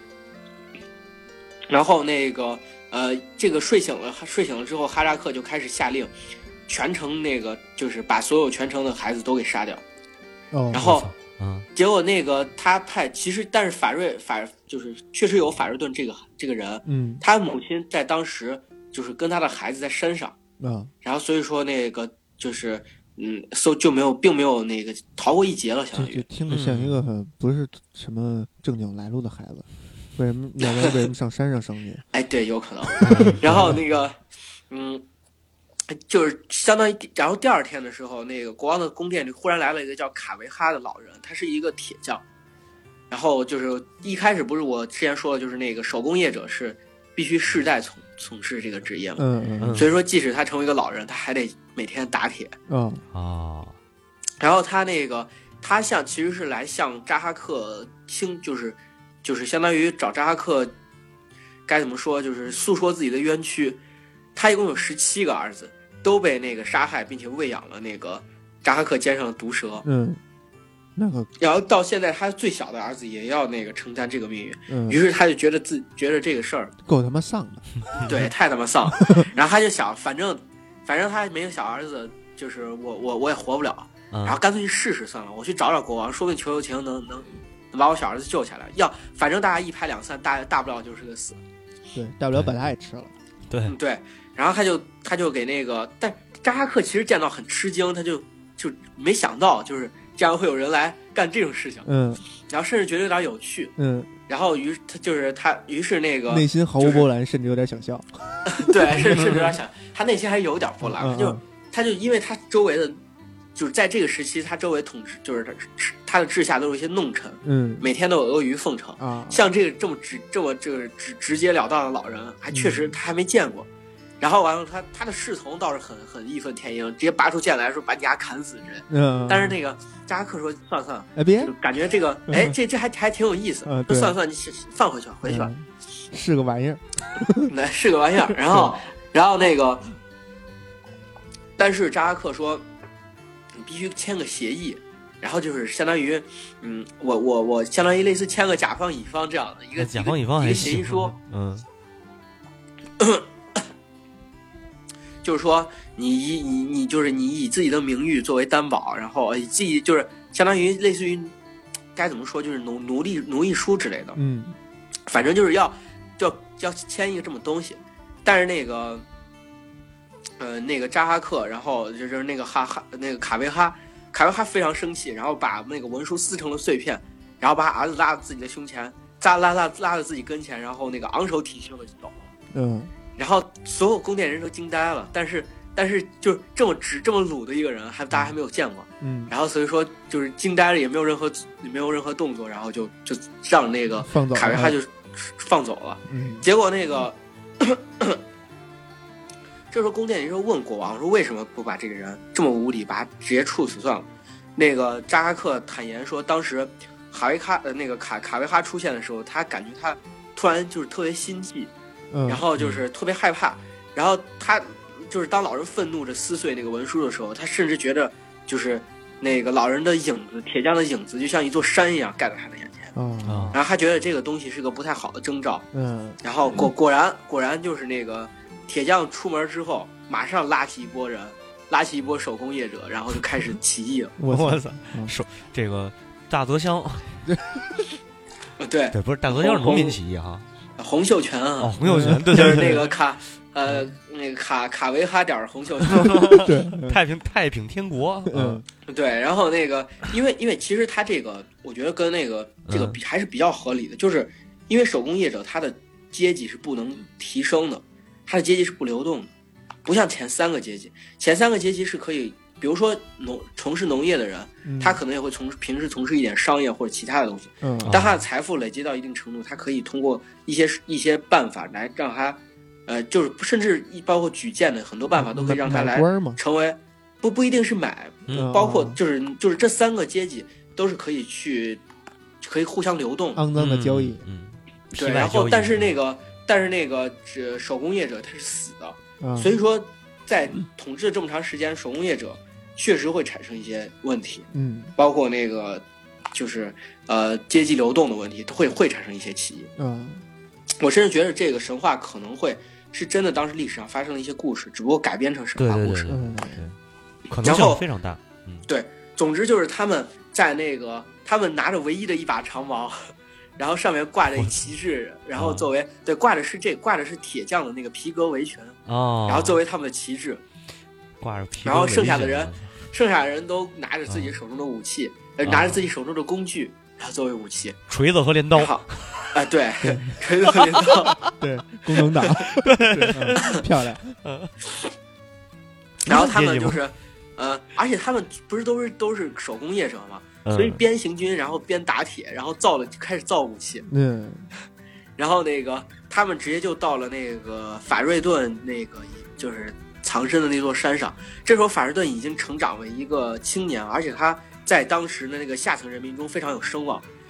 Speaker 4: 然后那个呃这个睡醒了睡醒了之后，哈扎克就开始下令，全城那个就是把所有全城的孩子都给杀掉，
Speaker 2: 哦，
Speaker 4: 然后
Speaker 3: 嗯，
Speaker 4: 结果那个他派其实但是法瑞法就是确实有法瑞顿这个这个人，
Speaker 2: 嗯，
Speaker 4: 他母亲在当时就是跟他的孩子在山上，
Speaker 2: 嗯，
Speaker 4: 然后所以说那个就是。嗯，搜就没有，并没有那个逃过一劫了，相当于。
Speaker 2: 就听着像一个不是什么正经来路的孩子，为什么两个人为什么上山上生去？
Speaker 4: 哎，对，有可能。然后那个，嗯，就是相当于，然后第二天的时候，那个国王的宫殿里忽然来了一个叫卡维哈的老人，他是一个铁匠。然后就是一开始不是我之前说的，就是那个手工业者是必须世代从从事这个职业嘛，
Speaker 2: 嗯嗯嗯，
Speaker 4: 所以说即使他成为一个老人，他还得每天打铁，
Speaker 2: 嗯
Speaker 3: 啊，
Speaker 4: 然后他那个他向其实是来向扎哈克兴，就是就是相当于找扎哈克该怎么说，就是诉说自己的冤屈。他一共有十七个儿子，都被那个杀害，并且喂养了那个扎哈克肩上的毒蛇。
Speaker 2: 嗯，那个，
Speaker 4: 然后到现在他最小的儿子也要那个承担这个命运。
Speaker 2: 嗯，
Speaker 4: 于是他就觉得自觉得这个事儿
Speaker 2: 够他妈丧的，
Speaker 4: 对，太他妈丧。然后他就想，反正反正他没有小儿子，就是我我我也活不了，
Speaker 3: 嗯、
Speaker 4: 然后干脆去试试算了，我去找找国王，说不定求求情能能能把我小儿子救下来。要反正大家一拍两散，大大不了就是个死。
Speaker 2: 对，大不了把他也吃了。
Speaker 3: 对、
Speaker 4: 嗯、对。然后他就他就给那个，但扎哈克其实见到很吃惊，他就就没想到就是这样会有人来干这种事情，
Speaker 2: 嗯，
Speaker 4: 然后甚至觉得有点有趣，
Speaker 2: 嗯，
Speaker 4: 然后于他就是他于是那个
Speaker 2: 内心毫无波澜，就是、甚至有点想笑，
Speaker 4: 对，甚至有点想，他内心还有点波澜，
Speaker 2: 嗯、
Speaker 4: 他就他就因为他周围的，就是在这个时期，他周围统治就是他他的治下都是一些弄臣，
Speaker 2: 嗯，
Speaker 4: 每天都有阿谀奉承
Speaker 2: 啊，
Speaker 4: 像这个这么直这么这个直直截了当的老人，还确实他还没见过。嗯，然后完了，他他的侍从倒是很很义愤填膺，直接拔出剑来说把你丫砍死人。
Speaker 2: 嗯，
Speaker 4: 但是那个扎哈克说算了算了，
Speaker 2: 哎别，
Speaker 4: 感觉这个哎这这还还挺有意思，
Speaker 2: 嗯、
Speaker 4: 说算了算了，你放回去吧，回去吧，
Speaker 2: 嗯、是个玩意儿，
Speaker 4: 来是个玩意儿。然后然后那个，但是扎哈克说你必须签个协议，然后就是相当于嗯我我我相当于类似签个甲方乙方这样的一个
Speaker 3: 甲方乙方
Speaker 4: 一个协议书，
Speaker 3: 嗯。
Speaker 4: 就是说你以你你就是你以自己的名誉作为担保，然后以自己就是相当于类似于该怎么说，就是奴奴隶奴役书之类的，
Speaker 2: 嗯，
Speaker 4: 反正就是要要要签一个这么东西。但是那个呃那个扎哈克，然后就是那个哈哈那个卡维哈卡维哈非常生气，然后把那个文书撕成了碎片，然后把儿子拉到自己的胸前，拉拉拉拉到自己跟前，然后那个昂首挺胸的就走了。
Speaker 2: 嗯。然
Speaker 4: 后所有宫殿人都惊呆了，但是但是就是这么直这么鲁的一个人，还大家还没有见过，
Speaker 2: 嗯，
Speaker 4: 然后所以说就是惊呆了，也没有任何也没有任何动作，然后就就让那个卡维哈就放走了，
Speaker 2: 嗯，
Speaker 4: 结果那个这时候宫殿人就问国王说为什么不把这个人这么无理把他直接处死算了？那个扎哈克坦言说，当时卡维哈呃那个卡卡维哈出现的时候，他感觉他突然就是特别心悸。然后就是特别害怕，然后他就是当老人愤怒着撕碎那个文书的时候，他甚至觉得就是那个老人的影子，铁匠的影子就像一座山一样盖在他的眼前，
Speaker 2: 哦，
Speaker 4: 然后他觉得这个东西是个不太好的征兆，
Speaker 2: 嗯，
Speaker 4: 然后果果然果然就是那个铁匠出门之后，马上拉起一波人，拉起一波手工业者，然后就开始起义了。
Speaker 3: 我操，手这个大泽乡，
Speaker 4: 对
Speaker 3: 对，不是大泽乡是农民起义哈。
Speaker 4: 洪秀全啊，
Speaker 3: 哦，洪秀全，对，
Speaker 4: 就是那个卡，呃，那个卡卡维哈点洪秀全，
Speaker 2: 对，
Speaker 3: 太平太平天国，
Speaker 2: 嗯，
Speaker 4: 对，然后那个，因为因为其实他这个，我觉得跟那个这个比还是比较合理的，就是因为手工业者他的阶级是不能提升的，他的阶级是不流动的，不像前三个阶级，前三个阶级是可以。比如说农从事农业的人，
Speaker 2: 嗯、
Speaker 4: 他可能也会从平时从事一点商业或者其他的东西。
Speaker 2: 嗯，
Speaker 4: 当他的财富累积到一定程度，他可以通过一些一些办法来让他，呃，就是甚至包括举荐的很多办法都可以让他来成为，不不一定是买，
Speaker 2: 嗯、
Speaker 4: 包括就是就是这三个阶级都是可以去可以互相流动，
Speaker 2: 肮脏的交易，
Speaker 3: 嗯，
Speaker 4: 对，然后但是那个但是那个这手工业者他是死的，
Speaker 2: 嗯、
Speaker 4: 所以说在统治了这么长时间，手工业者。确实会产生一些问题，
Speaker 2: 嗯，
Speaker 4: 包括那个就是呃阶级流动的问题，都会会产生一些起义。
Speaker 2: 嗯，
Speaker 4: 我甚至觉得这个神话可能会是真的，当时历史上发生了一些故事，只不过改编成神话故事，
Speaker 3: 对对对对对，可能性非常大。嗯，
Speaker 4: 对，总之就是他们在那个他们拿着唯一的一把长矛，然后上面挂着一旗帜，然后作为、哦、对挂的是这挂的是铁匠的那个皮革围裙
Speaker 3: 哦，
Speaker 4: 然后作为他们的旗帜。
Speaker 3: 挂着皮革，
Speaker 4: 然后剩下的人，剩下的人都拿着自己手中的武器，呃、
Speaker 3: 哦，
Speaker 4: 拿着自己手中的工具，然后作为武器，
Speaker 3: 锤子和镰刀。
Speaker 4: 啊、呃，对，锤子和镰刀，
Speaker 2: 对，工农党，对、嗯，漂亮。
Speaker 4: 然后他们就是，呃，而且他们不是都是都是手工业者嘛，嗯、所以边行军，然后边打铁，然后造了就开始造武器。
Speaker 2: 嗯，
Speaker 4: 然后那个他们直接就到了那个法瑞顿那个就是藏身的那座山上。这时候法瑞顿已经成长为一个青年，而且他在当时的那个下层人民中非常有声望。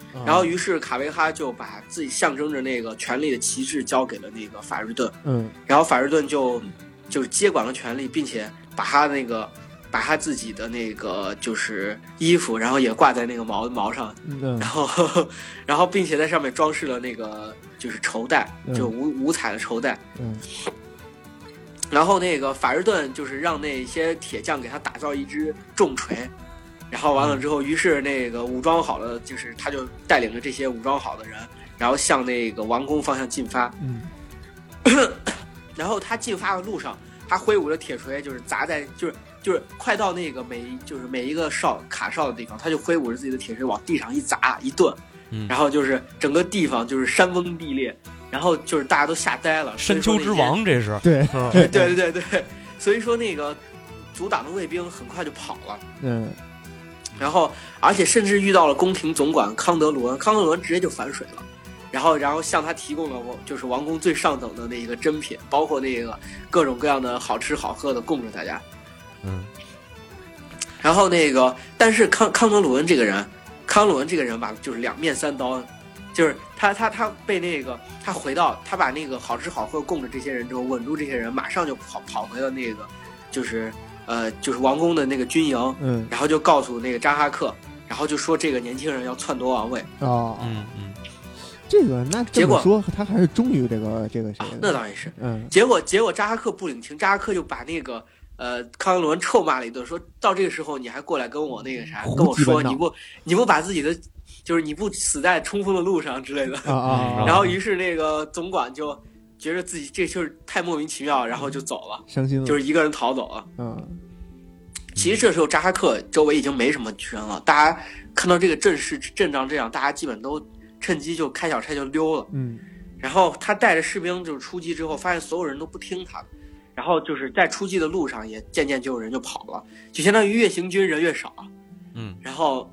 Speaker 4: 然后于是卡维哈就把自己象征着那个权力的旗帜交给了那个法瑞顿，
Speaker 2: 嗯，
Speaker 4: 然后法瑞顿就就是接管了权力，并且把他那个把他自己的那个就是衣服，然后也挂在那个毛毛上，
Speaker 2: 嗯、
Speaker 4: 然后然后并且在上面装饰了那个就是绸带，
Speaker 2: 嗯、
Speaker 4: 就五五彩的绸带，
Speaker 2: 嗯。
Speaker 4: 然后那个法瑞顿就是让那些铁匠给他打造一支重锤，然后完了之后，于是那个武装好了，就是他就带领着这些武装好的人，然后向那个王宫方向进发。
Speaker 2: 嗯，
Speaker 4: 然后他进发的路上，他挥舞着铁锤，就是砸在，就是就是快到那个每就是每一个哨卡哨的地方，他就挥舞着自己的铁锤往地上一砸一顿，
Speaker 3: 嗯，
Speaker 4: 然后就是整个地方就是山崩地裂。然后就是大家都吓呆了，
Speaker 3: 山丘之王这是
Speaker 2: 对
Speaker 4: 对对对对，所以说那个阻挡的卫兵很快就跑了，
Speaker 2: 嗯，
Speaker 4: 然后而且甚至遇到了宫廷总管康德鲁恩，康德鲁恩直接就反水了，然后然后向他提供了就是王宫最上等的那个珍品，包括那个各种各样的好吃好喝的供着大家，
Speaker 3: 嗯，
Speaker 4: 然后那个但是康康德鲁恩这个人，康德鲁恩这个人吧，就是两面三刀。就是他他他被那个他回到他把那个好吃好喝供着这些人之后，稳住这些人，马上就跑跑回了那个就是呃就是王宫的那个军营，
Speaker 2: 嗯，
Speaker 4: 然后就告诉那个扎哈克，然后就说这个年轻人要篡夺王位。
Speaker 2: 哦，
Speaker 3: 嗯嗯，
Speaker 2: 这个那这么说他还是忠于这个这个谁、
Speaker 4: 啊？那当然是，
Speaker 2: 嗯。
Speaker 4: 结果结果扎哈克不领情，扎哈克就把那个呃康德鲁恩臭骂了一顿，说到这个时候你还过来跟我那个啥，跟我说你不你不把自己的。就是你不死在冲锋的路上之类的，
Speaker 2: 啊啊！
Speaker 4: 然后于是那个总管就觉得自己这就是太莫名其妙，然后就走了，
Speaker 2: 伤心了，
Speaker 4: 就是一个人逃走了。
Speaker 2: 嗯，
Speaker 4: 其实这时候扎哈克周围已经没什么人了，大家看到这个阵势阵仗这样，大家基本都趁机就开小差就溜了。
Speaker 2: 嗯，
Speaker 4: 然后他带着士兵就是出击之后，发现所有人都不听他的，然后就是在出击的路上也渐渐就有人就跑了，就相当于越行军人越少。
Speaker 3: 嗯，
Speaker 4: 然后。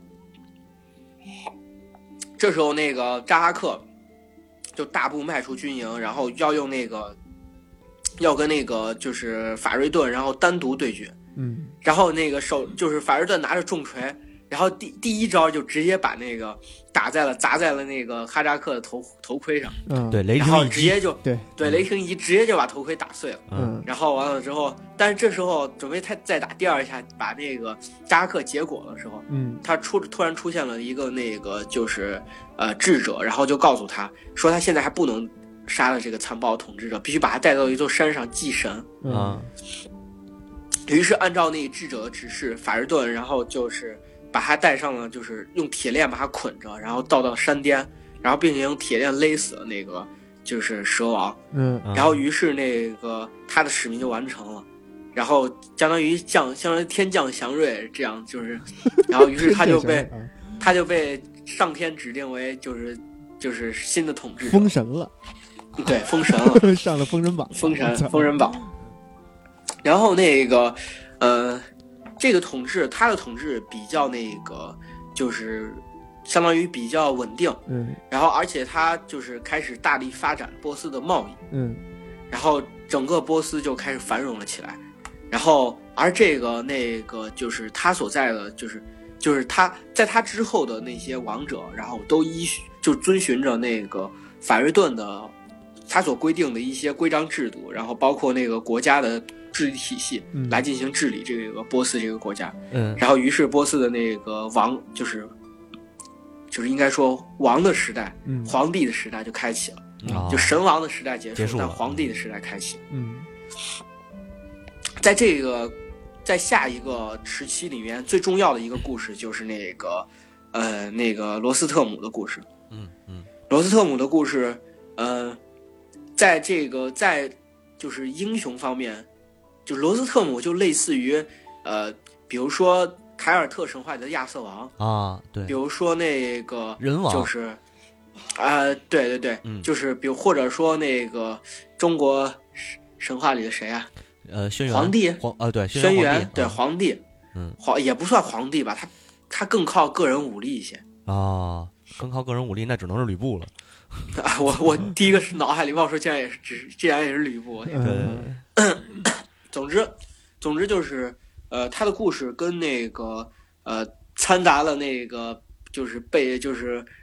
Speaker 4: 这时候，那个扎哈克就大步迈出军营，然后要用那个，要跟那个就是法瑞顿，然后单独对决。
Speaker 2: 嗯，
Speaker 4: 然后那个手就是法瑞顿拿着重锤，然后第第一招就直接把那个打在了砸在了那个哈扎克的头头盔上。
Speaker 2: 嗯，
Speaker 3: 对，雷霆一击，
Speaker 4: 然后直接就
Speaker 2: 对
Speaker 4: 对雷霆一击直接就把头盔打碎了。
Speaker 2: 嗯，
Speaker 4: 然后完了之后，但是这时候准备他再打第二下，把那个扎哈克结果的时候，
Speaker 2: 嗯，
Speaker 4: 他出突然出现了一个那个就是呃智者，然后就告诉他说他现在还不能杀了这个残暴统治者，必须把他带到一座山上祭神。
Speaker 2: 嗯，
Speaker 4: 于是按照那智者的指示，法瑞顿然后就是把他带上了，就是用铁链把他捆着，然后倒到山巅，然后并且用铁链勒死了那个就是蛇王。
Speaker 2: 嗯，
Speaker 4: 然后于是那个他的使命就完成了，然后相当于降相当于天降祥瑞这样，就是然后于是他就被他就被上天指定为就是就是新的统治者，
Speaker 2: 封神了。
Speaker 4: 对，封神了，
Speaker 2: 上了封神榜，
Speaker 4: 封神封神榜。然后那个呃这个统治他的统治比较那个就是相当于比较稳定，
Speaker 2: 嗯，
Speaker 4: 然后而且他就是开始大力发展波斯的贸易，
Speaker 2: 嗯，
Speaker 4: 然后整个波斯就开始繁荣了起来。然后而这个那个就是他所在的就是就是他在他之后的那些王者，然后都依就遵循着那个法瑞顿的他所规定的一些规章制度，然后包括那个国家的治理体系来进行治理这个波斯这个国家。
Speaker 3: 嗯，
Speaker 4: 然后于是波斯的那个王就是就是应该说王的时代，
Speaker 2: 嗯，
Speaker 4: 皇帝的时代就开启了，
Speaker 3: 嗯、
Speaker 4: 就神王的时代结束，
Speaker 3: 结束了，
Speaker 4: 但皇帝的时代开启。
Speaker 2: 嗯，
Speaker 4: 在这个在下一个时期里面，最重要的一个故事就是那个呃那个罗斯特姆的故事。
Speaker 3: 嗯嗯，
Speaker 4: 罗斯特姆的故事，呃，在这个在就是英雄方面，就罗斯特姆就类似于呃，比如说凯尔特神话里的亚瑟王
Speaker 3: 啊，对，
Speaker 4: 比如说那个
Speaker 3: 人王，
Speaker 4: 就是啊、呃，对对对，
Speaker 3: 嗯，
Speaker 4: 就是比如或者说那个中国神话里的谁啊？
Speaker 3: 呃，轩辕
Speaker 4: 皇帝，
Speaker 3: 皇呃对，
Speaker 4: 轩
Speaker 3: 辕
Speaker 4: 对皇帝，
Speaker 3: 嗯，
Speaker 4: 皇也不算皇帝吧，他他更靠个人武力一些
Speaker 3: 啊，更靠个人武力，那只能是吕布了。
Speaker 4: 啊，我我第一个是脑海里冒出，竟然也是只竟然也是吕布。
Speaker 3: 对，
Speaker 4: 总之总之就是呃，他的故事跟那个呃掺杂了那个就是被就是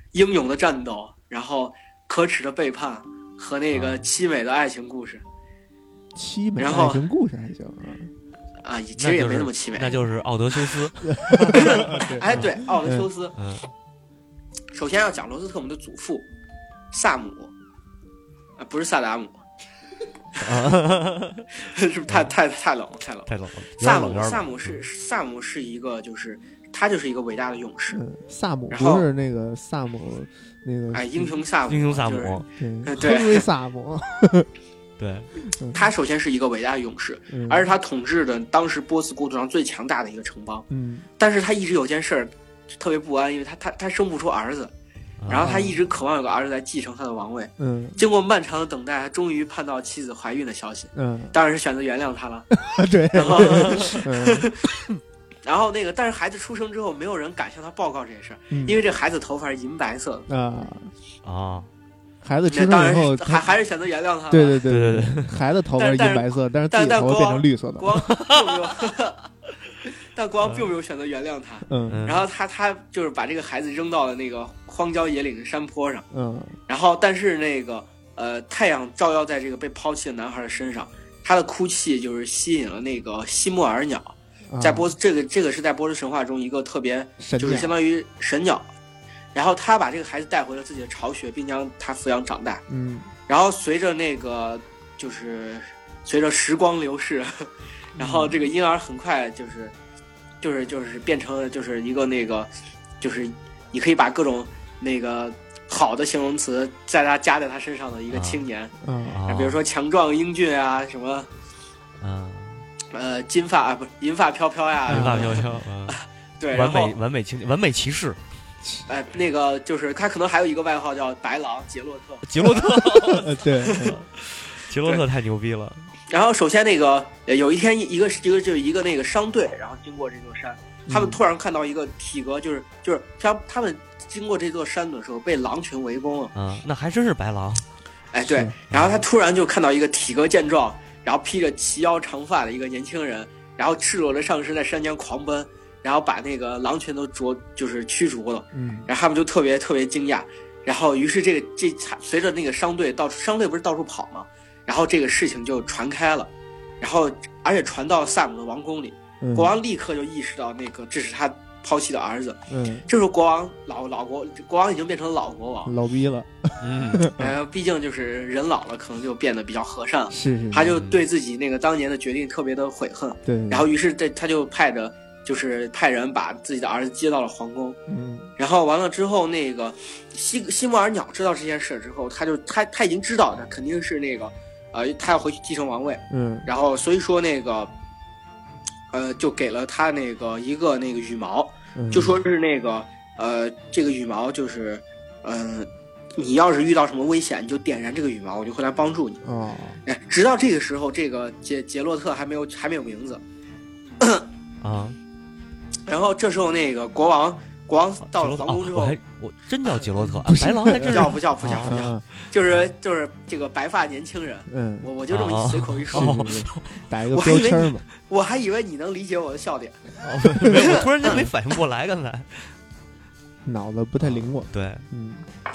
Speaker 4: 英勇的战斗，然后可耻的背叛和那个凄美的爱情故事。
Speaker 2: 凄美的爱情故事还行
Speaker 4: 啊，啊，其实也没那么凄美，
Speaker 3: 那就是奥德修斯。
Speaker 4: 哎，对，奥德修斯。
Speaker 3: 嗯，
Speaker 4: 首先要讲罗斯特姆的祖父萨姆，啊，不是萨达姆。是不是太太太冷了？太冷，
Speaker 3: 太冷了。
Speaker 4: 萨姆，萨姆是萨姆是一个，就是他就是一个伟大的勇士。
Speaker 2: 嗯、萨姆不是那个萨姆，那个
Speaker 4: 哎，英雄萨姆，
Speaker 3: 英雄萨姆，
Speaker 2: 对，
Speaker 4: 对，
Speaker 2: 亨利萨姆。
Speaker 3: 对，
Speaker 4: 他首先是一个伟大的勇士，
Speaker 2: 嗯、
Speaker 4: 而是他统治的当时波斯国土上最强大的一个城邦。
Speaker 2: 嗯，
Speaker 4: 但是他一直有件事儿特别不安，因为他他他生不出儿子。然后他一直渴望有个儿子来继承他的王位。
Speaker 2: 嗯，
Speaker 4: 经过漫长的等待，他终于盼到妻子怀孕的消息。
Speaker 2: 嗯，
Speaker 4: 当然是选择原谅他了。
Speaker 2: 对。
Speaker 4: 然后，
Speaker 2: 嗯、
Speaker 4: 然后那个，但是孩子出生之后，没有人敢向他报告这件事，
Speaker 2: 嗯、
Speaker 4: 因为这孩子头发是银白色
Speaker 2: 的啊
Speaker 3: 啊。
Speaker 2: 孩子出生以后，
Speaker 4: 还还是选择原谅他。
Speaker 2: 对对对对对，孩子头发是银白色，但是自己头发变成绿色的。
Speaker 4: 国王并没有，但国王并没有选择原谅他。
Speaker 2: 嗯，
Speaker 4: 然后他他就是把这个孩子扔到了那个荒郊野岭的山坡上。
Speaker 2: 嗯，
Speaker 4: 然后但是那个呃太阳照耀在这个被抛弃的男孩的身上，他的哭泣就是吸引了那个西莫尔鸟，在波斯这个这个是在波斯神话中一个特别就是相当于神鸟。然后他把这个孩子带回了自己的巢穴，并将他抚养长大。
Speaker 2: 嗯，
Speaker 4: 然后随着那个就是随着时光流逝，然后这个婴儿很快就是就是就是变成了就是一个那个就是你可以把各种那个好的形容词在他加在他身上的一个青年。
Speaker 2: 嗯，
Speaker 4: 啊、比如说强壮英俊啊，什么，
Speaker 3: 嗯，
Speaker 4: 呃，金发啊，不是银发飘飘呀，
Speaker 3: 银发飘飘，啊、
Speaker 4: 对，
Speaker 3: 完美完美青完美骑士。
Speaker 4: 哎，那个就是他可能还有一个外号叫白狼杰洛特。
Speaker 3: 杰洛特，
Speaker 2: 对，
Speaker 3: 杰洛特太牛逼了。
Speaker 4: 然后首先那个有一天一个一个就是一个那个商队，然后经过这座山，他们突然看到一个体格就是就是他他们经过这座山的时候被狼群围攻了。
Speaker 3: 嗯，那还真是白狼。
Speaker 4: 哎，对。然后他突然就看到一个体格健壮，然后披着齐腰长发的一个年轻人，然后赤裸的上身在山间狂奔。然后把那个狼群都捉，就是驱逐了。
Speaker 2: 嗯，
Speaker 4: 然后他们就特别特别惊讶。然后于是这个这随着那个商队到处，商队不是到处跑吗？然后这个事情就传开了，然后而且传到萨姆的王宫里。
Speaker 2: 嗯、
Speaker 4: 国王立刻就意识到那个这是他抛弃的儿子。
Speaker 2: 嗯，
Speaker 4: 这时候国王老老国国王已经变成老国王，
Speaker 2: 老逼了。
Speaker 3: 嗯，
Speaker 4: 呃，毕竟就是人老了，可能就变得比较和善了。
Speaker 2: 是 是, 是。
Speaker 4: 他就对自己那个当年的决定特别的悔恨。
Speaker 2: 对。
Speaker 4: 然后于是这他就派着。就是派人把自己的儿子接到了皇宫。
Speaker 2: 嗯，
Speaker 4: 然后完了之后，那个西西莫尔鸟知道这件事之后，他就他他已经知道他肯定是那个，呃，他要回去继承王位。
Speaker 2: 嗯，
Speaker 4: 然后所以说那个，呃，就给了他那个一个那个羽毛，
Speaker 2: 嗯、
Speaker 4: 就说是那个呃，这个羽毛就是，嗯、呃，你要是遇到什么危险，你就点燃这个羽毛，我就会来帮助你。
Speaker 2: 哦，
Speaker 4: 哎，直到这个时候，这个杰杰洛特还没有还没有名字。
Speaker 3: 啊。
Speaker 4: 然后这时候那个国王，国王到了皇宫之后，
Speaker 3: 哦、我, 还我真叫杰洛特，啊、白狼还真
Speaker 4: 叫不叫不叫不叫，
Speaker 2: 啊、
Speaker 4: 就是就是这个白发年轻人。
Speaker 2: 嗯，
Speaker 4: 我我就这么随口一说，
Speaker 2: 哦、打一个标签嘛。
Speaker 4: 我还以为你能理解我的笑点，
Speaker 3: 哦、没有，我突然间没反应过来，刚才
Speaker 2: 脑子不太灵光。
Speaker 3: 对，
Speaker 2: 嗯。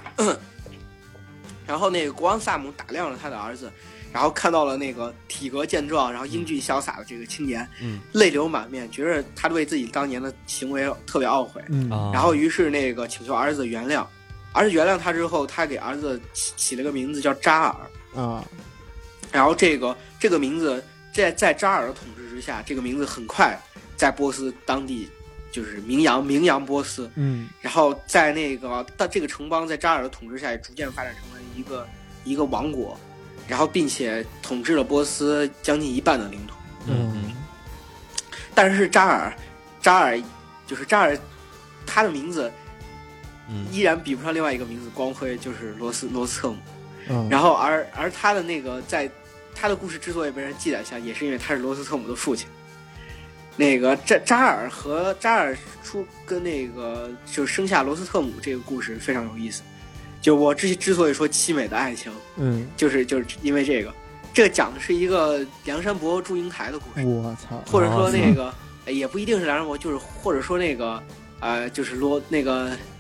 Speaker 4: 然后那个国王萨姆打量了他的儿子。然后看到了那个体格健壮，然后英俊潇洒的这个青年，
Speaker 3: 嗯，
Speaker 4: 泪流满面，觉得他对自己当年的行为特别懊悔，
Speaker 2: 嗯，
Speaker 4: 然后于是那个请求儿子原谅，儿子原谅他之后，他给儿子起起了个名字叫扎尔
Speaker 2: 啊，
Speaker 4: 然后这个这个名字在在扎尔的统治之下，这个名字很快在波斯当地就是名扬名扬波斯，
Speaker 2: 嗯，
Speaker 4: 然后在那个到这个城邦在扎尔的统治下，也逐渐发展成了一个一个王国。然后，并且统治了波斯将近一半的领土。
Speaker 2: 嗯，
Speaker 4: 但是扎尔，扎尔就是扎尔，他的名字，依然比不上另外一个名字光辉，就是罗斯罗斯特姆。
Speaker 2: 嗯，
Speaker 4: 然后而而他的那个在他的故事之所以被人记载下，也是因为他是罗斯特姆的父亲。那个扎扎尔和扎尔出跟那个就生下罗斯特姆这个故事非常有意思。就我之之所以说凄美的爱情，
Speaker 2: 嗯，
Speaker 4: 就是就是因为这个，这个讲的是一个梁山伯祝英台的故事。
Speaker 2: 我操！
Speaker 4: 或者说那个、哦、也不一定是梁山伯，就是或者说那个呃，就是罗那个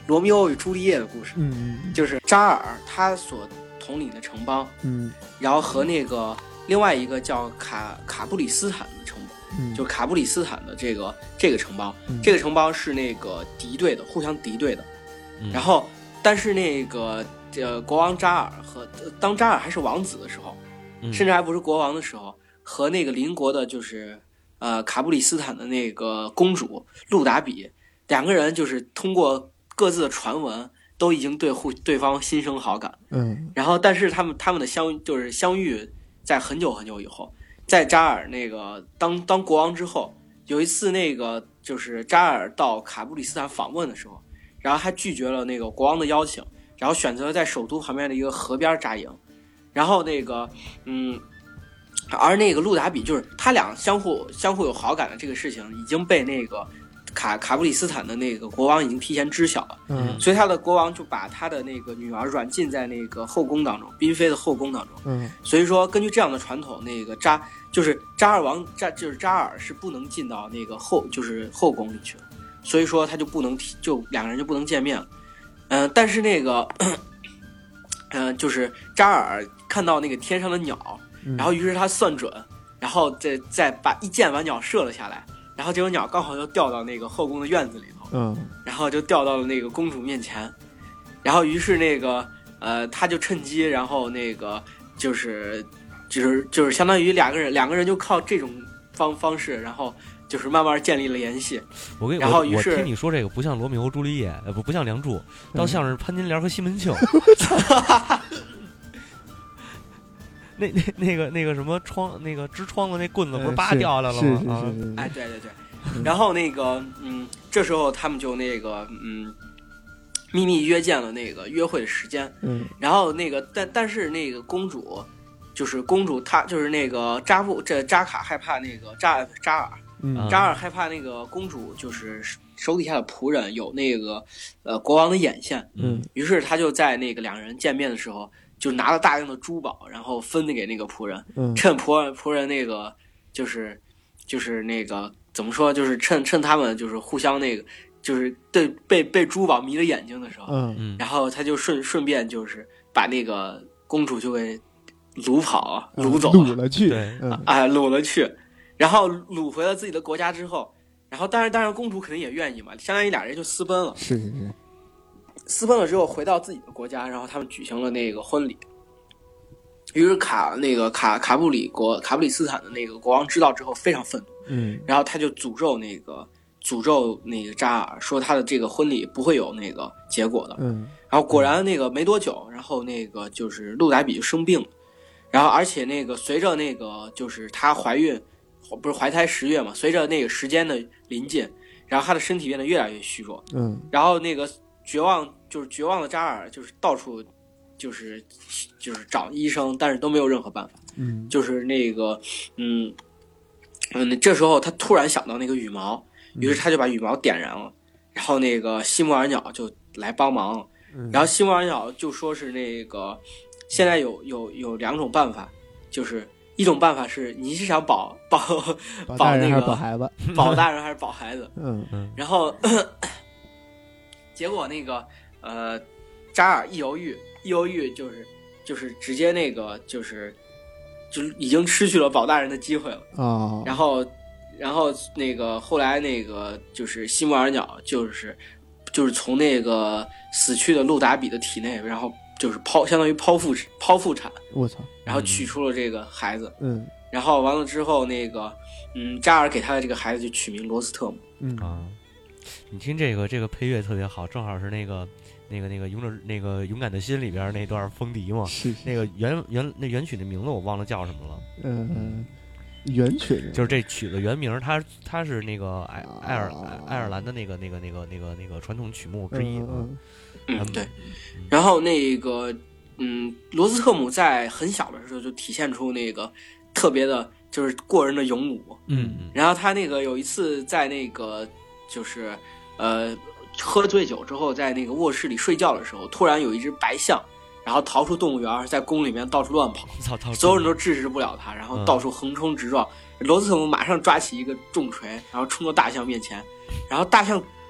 Speaker 4: 罗密欧与朱丽叶的故事，
Speaker 2: 嗯，
Speaker 4: 就是扎尔他所统领的城邦，
Speaker 2: 嗯，
Speaker 4: 然后和那个另外一个叫卡卡布里斯坦的城邦，
Speaker 2: 嗯，
Speaker 4: 就卡布里斯坦的这个这个城邦，
Speaker 2: 嗯、
Speaker 4: 这个城邦是那个敌对的，互相敌对的。
Speaker 3: 嗯、
Speaker 4: 然后，但是那个呃国王扎尔和当扎尔还是王子的时候，
Speaker 3: 嗯、
Speaker 4: 甚至还不是国王的时候，和那个邻国的就是呃卡布里斯坦的那个公主路达比两个人就是通过各自的传闻都已经对互对方心生好感，
Speaker 2: 嗯，
Speaker 4: 然后但是他们他们的相就是相遇在很久很久以后，在扎尔那个当当国王之后，有一次那个就是扎尔到卡布里斯坦访问的时候，然后他拒绝了那个国王的邀请，然后选择在首都旁边的一个河边扎营，然后那个嗯，而那个路达比就是他俩相互相互有好感的这个事情已经被那个。卡卡布里斯坦的那个国王已经提前知晓了，
Speaker 2: 嗯，
Speaker 4: 所以他的国王就把他的那个女儿软禁在那个后宫当中，嫔妃的后宫当中，
Speaker 2: 嗯，
Speaker 4: 所以说根据这样的传统，那个扎就是扎尔王扎就是扎尔是不能进到那个后就是后宫里去的，所以说他就不能提，就两个人就不能见面了，嗯、呃，但是那个，嗯、呃，就是扎尔看到那个天上的鸟，然后于是他算准，然后再再把一箭把鸟射了下来。然后这种鸟刚好就掉到那个后宫的院子里头，
Speaker 2: 嗯，
Speaker 4: 然后就掉到了那个公主面前，然后于是那个呃，他就趁机，然后那个就是就是就是相当于两个人两个人就靠这种方方式，然后就是慢慢建立了联系。
Speaker 3: 我跟
Speaker 4: 然后于是
Speaker 3: 我听你说这个不像罗密欧朱丽叶，呃不不像梁祝，倒像是潘金莲和西门庆。那那那个那个什么窗那个支窗的那棍子不是叭掉下来了吗？
Speaker 2: 是是是是。
Speaker 4: 哎，对对对。然后那个嗯，这时候他们就那个嗯，秘密约见了那个约会的时间。
Speaker 2: 嗯。
Speaker 4: 然后那个但但是那个公主，就是公主她就是那个扎布这扎卡害怕那个扎扎尔，
Speaker 2: 嗯，
Speaker 4: 扎尔害怕那个公主就是手底下的仆人有那个呃国王的眼线。
Speaker 2: 嗯。
Speaker 4: 于是他就在那个两人见面的时候。就拿了大量的珠宝，然后分给那个仆人，
Speaker 2: 嗯、
Speaker 4: 趁仆人仆人那个就是就是那个怎么说，就是趁趁他们就是互相那个就是对被被珠宝迷了眼睛的时候，
Speaker 2: 嗯，
Speaker 4: 然后他就顺顺便就是把那个公主就给掳跑掳走了，
Speaker 2: 掳了去，
Speaker 3: 对，
Speaker 2: 嗯、
Speaker 4: 啊掳了去，然后掳回了自己的国家之后，然后当然当然公主肯定也愿意嘛，相当于俩人就私奔了，
Speaker 2: 是是是。
Speaker 4: 私奔了之后回到自己的国家，然后他们举行了那个婚礼。于是卡那个卡卡布里国卡布里斯坦的那个国王知道之后非常愤怒，
Speaker 2: 嗯，
Speaker 4: 然后他就诅咒那个诅咒那个扎尔，说他的这个婚礼不会有那个结果的，
Speaker 2: 嗯，
Speaker 4: 然后果然那个没多久，然后那个就是路达比就生病了，然后而且那个随着那个就是她怀孕，不是怀胎十月嘛，随着那个时间的临近，然后她的身体变得越来越虚弱，
Speaker 2: 嗯，
Speaker 4: 然后那个绝望就是绝望的扎尔就是到处就是就是找医生，但是都没有任何办法。
Speaker 2: 嗯，
Speaker 4: 就是那个嗯嗯，这时候他突然想到那个羽毛，于是他就把羽毛点燃了，然后那个西木尔鸟就来帮忙，然后西木尔鸟就说是那个现在有有有两种办法，就是一种办法是你是想保保保那个
Speaker 2: 保孩子，
Speaker 4: 保大人还是保孩子？
Speaker 2: 嗯
Speaker 4: 嗯，然后呵呵结果那个呃扎尔一犹豫一犹豫就是就是直接那个就是就是已经失去了保大人的机会了
Speaker 2: 啊、哦，
Speaker 4: 然后然后那个后来那个就是西木尔鸟就是就是从那个死去的路达比的体内，然后就是剖相当于剖腹剖腹产，
Speaker 2: 我操，
Speaker 4: 然后取出了这个孩子，
Speaker 2: 嗯，
Speaker 4: 然后完了之后那个嗯扎尔给他的这个孩子就取名罗斯特姆，
Speaker 2: 嗯
Speaker 3: 啊，你听这个这个配乐特别好，正好是那个那个那个勇者那个勇敢的心里边那段风笛嘛，
Speaker 2: 是
Speaker 3: 那个原原那原曲的名字我忘了叫什么了，
Speaker 2: 嗯，原曲
Speaker 3: 就是这曲的原名，它它是那个爱爱尔爱尔兰的那个那个那个那个那个传统曲目之一啊，
Speaker 2: 嗯，
Speaker 4: 嗯对，然后那个嗯罗斯特姆在很小的时候就体现出那个特别的就是过人的勇武，
Speaker 3: 嗯，
Speaker 4: 然后他那个有一次在那个就是呃喝醉酒之后在那个卧室里睡觉的时候，突然有一只白象然后逃出动物园，在宫里面到处乱跑，所有人都制止不了他，然后到处横冲直撞，罗斯特姆马上抓起一个重锤然后冲到大象面前，然后大象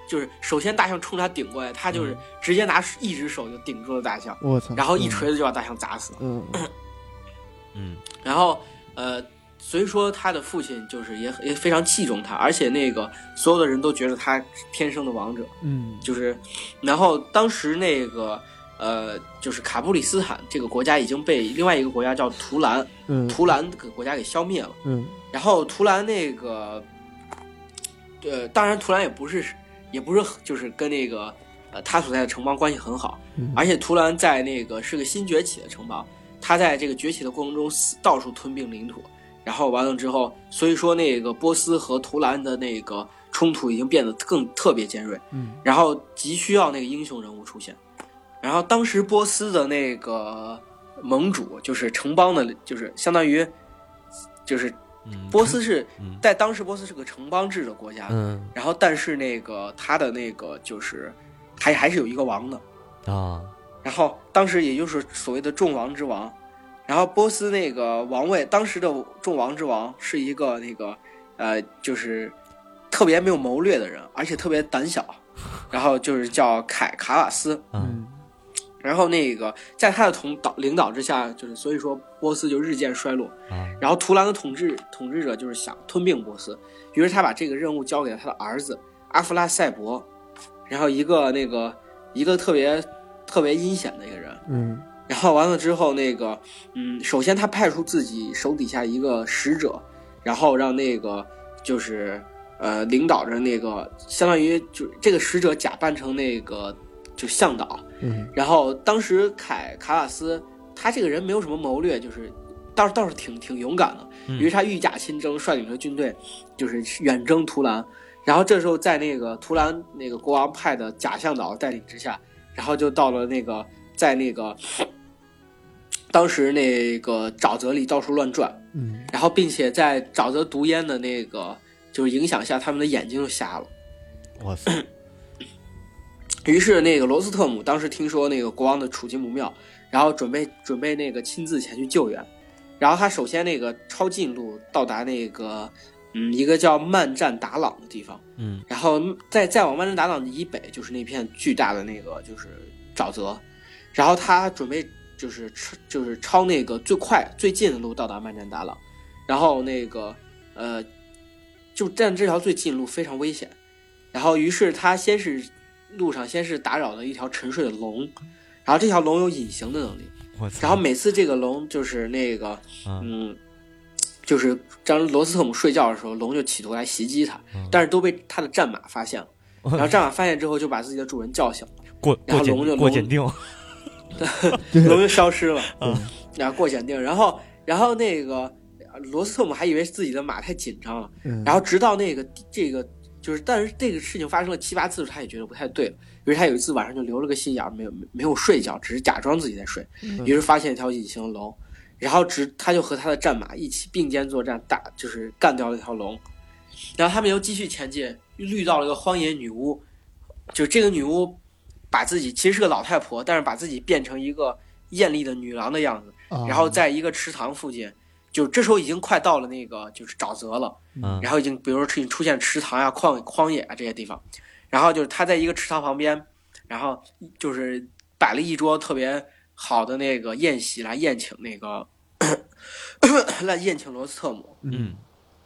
Speaker 4: 就是首先大象冲他顶过来，他就是直接拿一只手就顶住了大象，
Speaker 2: 我操！
Speaker 4: 然后一锤子就把大象砸死了。
Speaker 2: 嗯
Speaker 3: 嗯，
Speaker 4: 然后呃，所以说他的父亲就是也也非常器重他，而且那个所有的人都觉得他天生的王者。
Speaker 2: 嗯，
Speaker 4: 就是，然后当时那个呃，就是卡布里斯坦这个国家已经被另外一个国家叫图兰，
Speaker 2: 嗯，
Speaker 4: 图兰这个国家给消灭了。
Speaker 2: 嗯，
Speaker 4: 然后图兰那个，呃，当然图兰也不是。也不是就是跟那个呃他所在的城邦关系很好，
Speaker 2: 嗯、
Speaker 4: 而且图兰在那个是个新崛起的城邦，他在这个崛起的过程中到处吞并领土，然后完了之后，所以说那个波斯和图兰的那个冲突已经变得更特别尖锐，
Speaker 2: 嗯，
Speaker 4: 然后急需要那个英雄人物出现，然后当时波斯的那个盟主就是城邦的，就是相当于就是。波斯是在当时，波斯是个城邦制的国家，
Speaker 3: 嗯，
Speaker 4: 然后但是那个他的那个就是还还是有一个王的
Speaker 3: 啊，
Speaker 4: 然后当时也就是所谓的众王之王，然后波斯那个王位，当时的众王之王是一个那个呃，就是特别没有谋略的人，而且特别胆小，然后就是叫凯卡瓦斯，
Speaker 2: 嗯。
Speaker 4: 然后那个在他的统导领导之下，就是所以说波斯就日渐衰落。然后图兰的统治统治者就是想吞并波斯，于是他把这个任务交给了他的儿子阿弗拉塞伯，然后一个那个一个特别特别阴险的一个人。
Speaker 2: 嗯。
Speaker 4: 然后完了之后，那个嗯，首先他派出自己手底下一个使者，然后让那个就是呃领导着那个相当于就这个使者假扮成那个。就向导，
Speaker 2: 嗯，
Speaker 4: 然后当时凯卡瓦斯他这个人没有什么谋略，就是倒是倒是挺挺勇敢的，于是他御驾亲征，率领着军队就是远征图兰，然后这时候在那个图兰那个国王派的假向导带领之下，然后就到了那个在那个当时那个沼泽里到处乱转，
Speaker 2: 嗯，
Speaker 4: 然后并且在沼泽毒烟的那个就是影响下，他们的眼睛就瞎了，
Speaker 3: 哇塞。
Speaker 4: 于是那个罗斯特姆当时听说那个国王的处境不妙，然后准备准备那个亲自前去救援。然后他首先那个抄近路到达那个嗯一个叫曼占达朗的地方，
Speaker 3: 嗯，
Speaker 4: 然后再再往曼占达朗以北就是那片巨大的那个就是沼泽，然后他准备就是就是抄那个最快最近的路到达曼占达朗，然后那个呃就但这条最近路非常危险，然后于是他先是。路上先是打扰了一条沉睡的龙，然后这条龙有隐形的能力，然后每次这个龙就是那个嗯就是当罗斯特姆睡觉的时候，龙就企图来袭击他，但是都被他的战马发现了，然后战马发现之后就把自己的主人叫醒了，
Speaker 3: 过
Speaker 4: 然后龙就
Speaker 3: 过检定
Speaker 4: 龙就消失了，嗯，然后过检定，然后然后那个罗斯特姆还以为自己的马太紧张了，然后直到那个这个就是，但是这个事情发生了七八次，他也觉得不太对了。于是他有一次晚上就留了个心眼，没有没有睡觉，只是假装自己在睡。于是发现一条隐形龙，然后直他就和他的战马一起并肩作战，打就是干掉了一条龙。然后他们又继续前进，遇到了一个荒野女巫，就这个女巫把自己其实是个老太婆，但是把自己变成一个艳丽的女郎的样子，然后在一个池塘附近。就这时候已经快到了那个就是沼泽了，
Speaker 3: 嗯，
Speaker 4: 然后已经比如说出出现池塘呀、旷荒野啊这些地方，然后就是他在一个池塘旁边，然后就是摆了一桌特别好的那个宴席来宴请那个来宴请罗斯特姆。
Speaker 3: 嗯，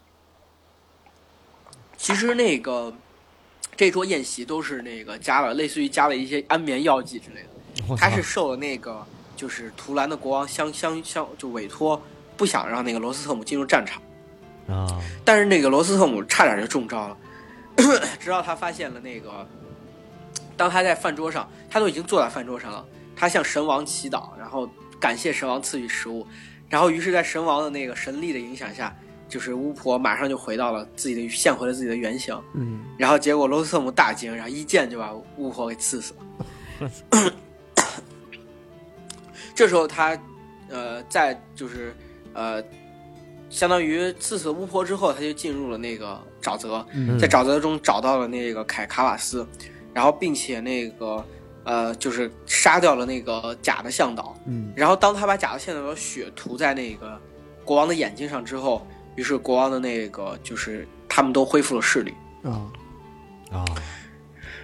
Speaker 4: 其实那个这桌宴席都是那个加了类似于加了一些安眠药剂之类的，他是受了那个就是图兰的国王相相相就委托。不想让那个罗斯特姆进入战场
Speaker 3: 啊，
Speaker 4: 但是那个罗斯特姆差点就中招了，直到他发现了那个，当他在饭桌上，他都已经坐在饭桌上了，他向神王祈祷，然后感谢神王赐予食物，然后于是，在神王的那个神力的影响下，就是巫婆马上就回到了自己的现回了自己的原形，
Speaker 2: 嗯，
Speaker 4: 然后结果罗斯特姆大惊，然后一剑就把巫婆给刺死了。这时候他，呃，在就是。呃，相当于刺死巫婆之后，他就进入了那个沼泽，在沼泽中找到了那个凯卡瓦斯，然后并且那个呃，就是杀掉了那个假的向导。
Speaker 2: 嗯，
Speaker 4: 然后当他把假的向导的血涂在那个国王的眼睛上之后，于是国王的那个就是他们都恢复了视力。
Speaker 2: 啊
Speaker 3: 啊，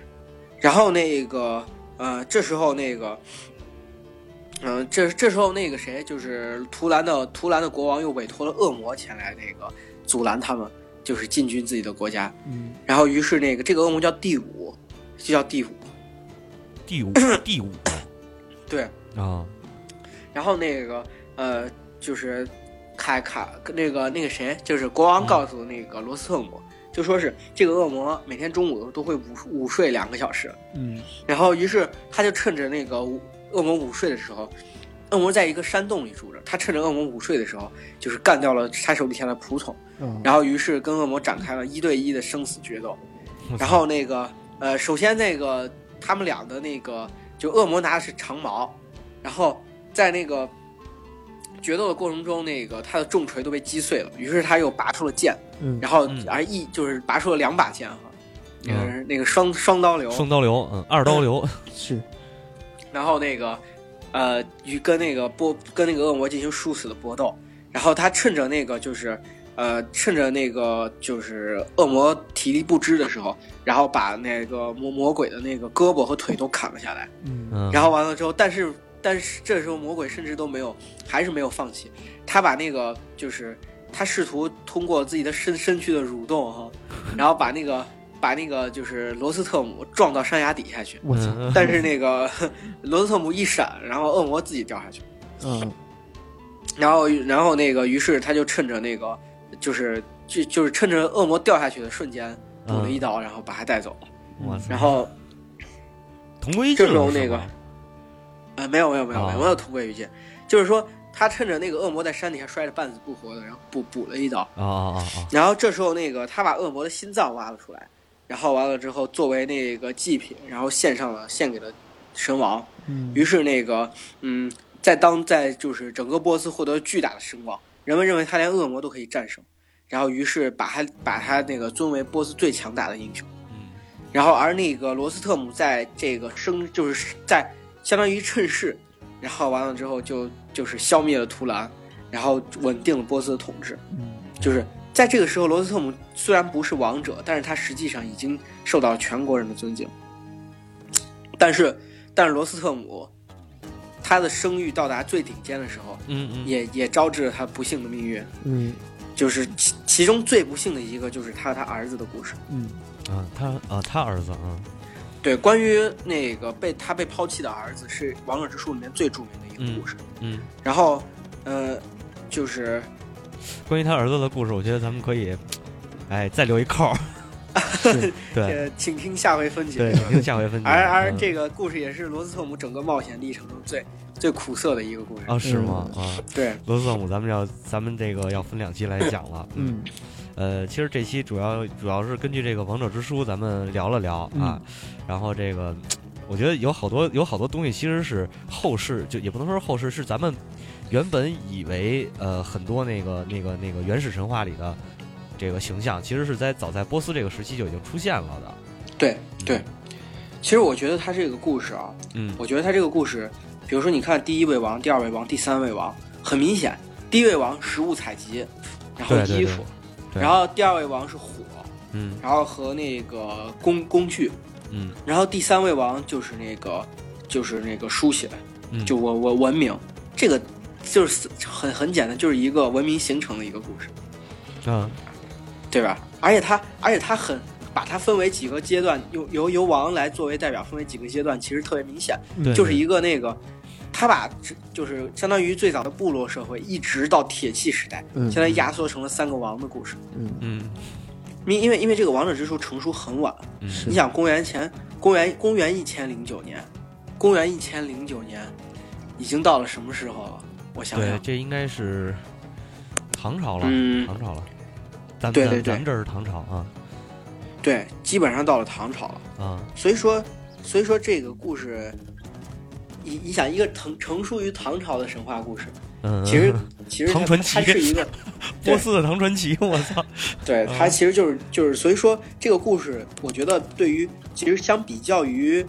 Speaker 4: 然后那个呃，这时候那个，嗯、呃，这这时候那个谁，就是图兰的图兰的国王又委托了恶魔前来那个阻拦他们，就是进军自己的国家。
Speaker 2: 嗯，
Speaker 4: 然后于是那个这个恶魔叫第五，就叫第五，
Speaker 3: 第五第五，
Speaker 4: 对
Speaker 3: 啊、哦。
Speaker 4: 然后那个呃，就是卡卡那个那个谁，就是国王告诉那个罗斯特姆。嗯，就说是这个恶魔每天中午都会午午睡两个小时，
Speaker 2: 嗯，
Speaker 4: 然后于是他就趁着那个恶魔午睡的时候，恶魔在一个山洞里住着，他趁着恶魔午睡的时候，就是干掉了他手底下的仆从，
Speaker 2: 嗯，
Speaker 4: 然后于是跟恶魔展开了一对一的生死决斗，然后那个呃，首先那个他们俩的那个就恶魔拿的是长矛，然后在那个决斗的过程中，那个他的重锤都被击碎了，于是他又拔出了剑，
Speaker 2: 嗯，
Speaker 4: 然后而一就是拔出了两把剑哈，那个、嗯、那个双双刀流，
Speaker 3: 双刀流，嗯，二刀流、
Speaker 4: 嗯、
Speaker 2: 是，
Speaker 4: 然后那个呃与跟那个波跟那个恶魔进行殊死的搏斗，然后他趁着那个就是呃趁着那个就是恶魔体力不支的时候，然后把那个魔魔鬼的那个胳膊和腿都砍了下来，
Speaker 2: 嗯，
Speaker 4: 然后完了之后，但是。但是这时候魔鬼甚至都没有，还是没有放弃。他把那个就是他试图通过自己的身身躯的蠕动哈，然后把那个把那个就是罗斯特姆撞到山崖底下去。
Speaker 2: 我操！
Speaker 4: 但是那个罗斯特姆一闪，然后恶魔自己掉下去。
Speaker 2: 嗯。
Speaker 4: 然后然后那个于是他就趁着那个就是就就是趁着恶魔掉下去的瞬间补了一刀，嗯、然后把他带走。
Speaker 3: 哇塞！
Speaker 4: 然后
Speaker 3: 同归于尽。
Speaker 4: 这时候那个。呃，没有没有没有没有没有同归于尽，就是说他趁着那个恶魔在山底下摔得半死不活的，然后补补了一刀
Speaker 3: 啊啊啊！
Speaker 4: 然后这时候那个他把恶魔的心脏挖了出来，然后完了之后作为那个祭品，然后献上了献给了神王。
Speaker 2: 嗯，
Speaker 4: 于是那个嗯，在当在就是整个波斯获得巨大的声望，人们认为他连恶魔都可以战胜，然后于是把他把他那个尊为波斯最强大的英雄。
Speaker 3: 嗯，
Speaker 4: 然后而那个罗斯特姆在这个生就是在。相当于趁势，然后完了之后就就是消灭了图兰，然后稳定了波斯的统治。
Speaker 2: 嗯，
Speaker 4: 就是在这个时候，罗斯特姆虽然不是王者，但是他实际上已经受到全国人的尊敬。但是，但是罗斯特姆他的声誉到达最顶尖的时候，
Speaker 3: 嗯嗯，
Speaker 4: 也也招致了他不幸的命运。
Speaker 2: 嗯，
Speaker 4: 就是其其中最不幸的一个就是他他儿子的故事。
Speaker 2: 嗯，
Speaker 3: 啊，他啊他儿子啊。
Speaker 4: 对，关于那个被他被抛弃的儿子是《王者之书》里面最著名的一个故事。
Speaker 3: 嗯，嗯
Speaker 4: 然后，呃，就是
Speaker 3: 关于他儿子的故事，我觉得咱们可以，哎，再留一扣。对，
Speaker 4: 请听下回分解。
Speaker 3: 对，请听下回分解。
Speaker 4: 而而这个故事也是罗斯特姆整个冒险历程中最最苦涩的一个故事。
Speaker 3: 啊，是吗？啊，
Speaker 4: 对，
Speaker 3: 罗斯特姆，咱们要咱们这个要分两期来讲了。
Speaker 2: 嗯。
Speaker 3: 呃，其实这期主要主要是根据这个《王者之书》，咱们聊了聊啊，
Speaker 2: 嗯、
Speaker 3: 然后这个，我觉得有好多有好多东西其实是后世，就也不能说是后世，是咱们原本以为呃很多那个那个那个原始神话里的这个形象，其实是在早在波斯这个时期就已经出现了的。
Speaker 4: 对对，其实我觉得他这个故事啊，
Speaker 3: 嗯，
Speaker 4: 我觉得他这个故事，比如说你看第一位王、第二位王、第三位王，很明显，第一位王食物采集，然后衣服。
Speaker 3: 对对对
Speaker 4: 然后第二位王是火，
Speaker 3: 嗯，
Speaker 4: 然后和那个工工具，
Speaker 3: 嗯，
Speaker 4: 然后第三位王就是那个就是那个书写，
Speaker 3: 嗯、
Speaker 4: 就我我文明，这个就是很很简单，就是一个文明形成的一个故事，
Speaker 3: 啊，
Speaker 4: 对吧？而且它而且它很把它分为几个阶段，由由由王来作为代表，分为几个阶段，其实特别明显，就是一个那个。他把就是相当于最早的部落社会，一直到铁器时代，
Speaker 2: 嗯、
Speaker 4: 现在压缩成了三个王的故事。
Speaker 2: 嗯
Speaker 3: 嗯，
Speaker 4: 因因为因为这个王者之书成熟很晚，
Speaker 3: 嗯、
Speaker 4: 你想公元前公元公元一千零九年，公元一千零九年，已经到了什么时候了？我想想，
Speaker 3: 对，这应该是唐朝了，
Speaker 4: 嗯、
Speaker 3: 唐朝了。咱们
Speaker 4: 对对对，
Speaker 3: 咱们这是唐朝啊。
Speaker 4: 对，基本上到了唐朝了
Speaker 3: 啊。
Speaker 4: 所以说，所以说这个故事。你你想一个成成熟于唐朝的神话故事，
Speaker 3: 嗯，
Speaker 4: 其实其实
Speaker 3: 唐传奇，
Speaker 4: 它是一个
Speaker 3: 波斯的唐传奇，我操！
Speaker 4: 对，它其实就是就是，所以说这个故事，我觉得对于其实相比较于